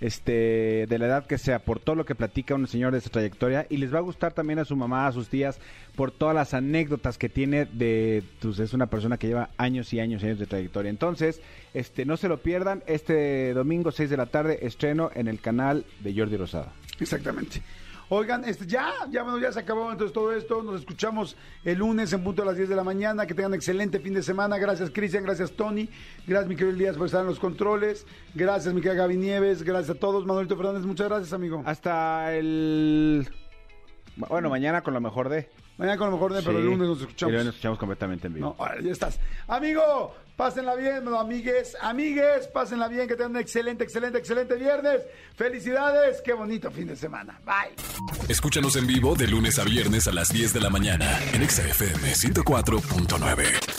este, de la edad que sea, por todo lo que platica un señor de su trayectoria, y les va a gustar también a su mamá, a sus tías, por todas las anécdotas que tiene de, pues es una persona que lleva años y años y años de trayectoria. Entonces, este, no se lo pierdan, este domingo, seis de la tarde, estreno en el canal de Jordi Rosado. Exactamente. Oigan, este, ya, ya, bueno, ya se acabó entonces todo esto. Nos escuchamos el lunes en punto a las diez de la mañana. Que tengan excelente fin de semana. Gracias, Cristian. Gracias, Tony. Gracias, mi querido Elías, por estar en los controles. Gracias, mi querida Gaby Nieves. Gracias a todos. Manuelito Fernández, muchas gracias, amigo. Hasta el... Bueno, mañana con lo mejor de... Mañana con lo mejor de, pero el Sí. lunes nos Y escuchamos. luego nos escuchamos completamente en vivo. No, ahora ya estás. Amigo, pásenla bien, bueno, amigues, amigues, pásenla bien, que tengan un excelente, excelente, excelente viernes. Felicidades, qué bonito fin de semana. Bye. Escúchanos en vivo de lunes a viernes a las diez de la mañana en Exa F M ciento cuatro punto nueve.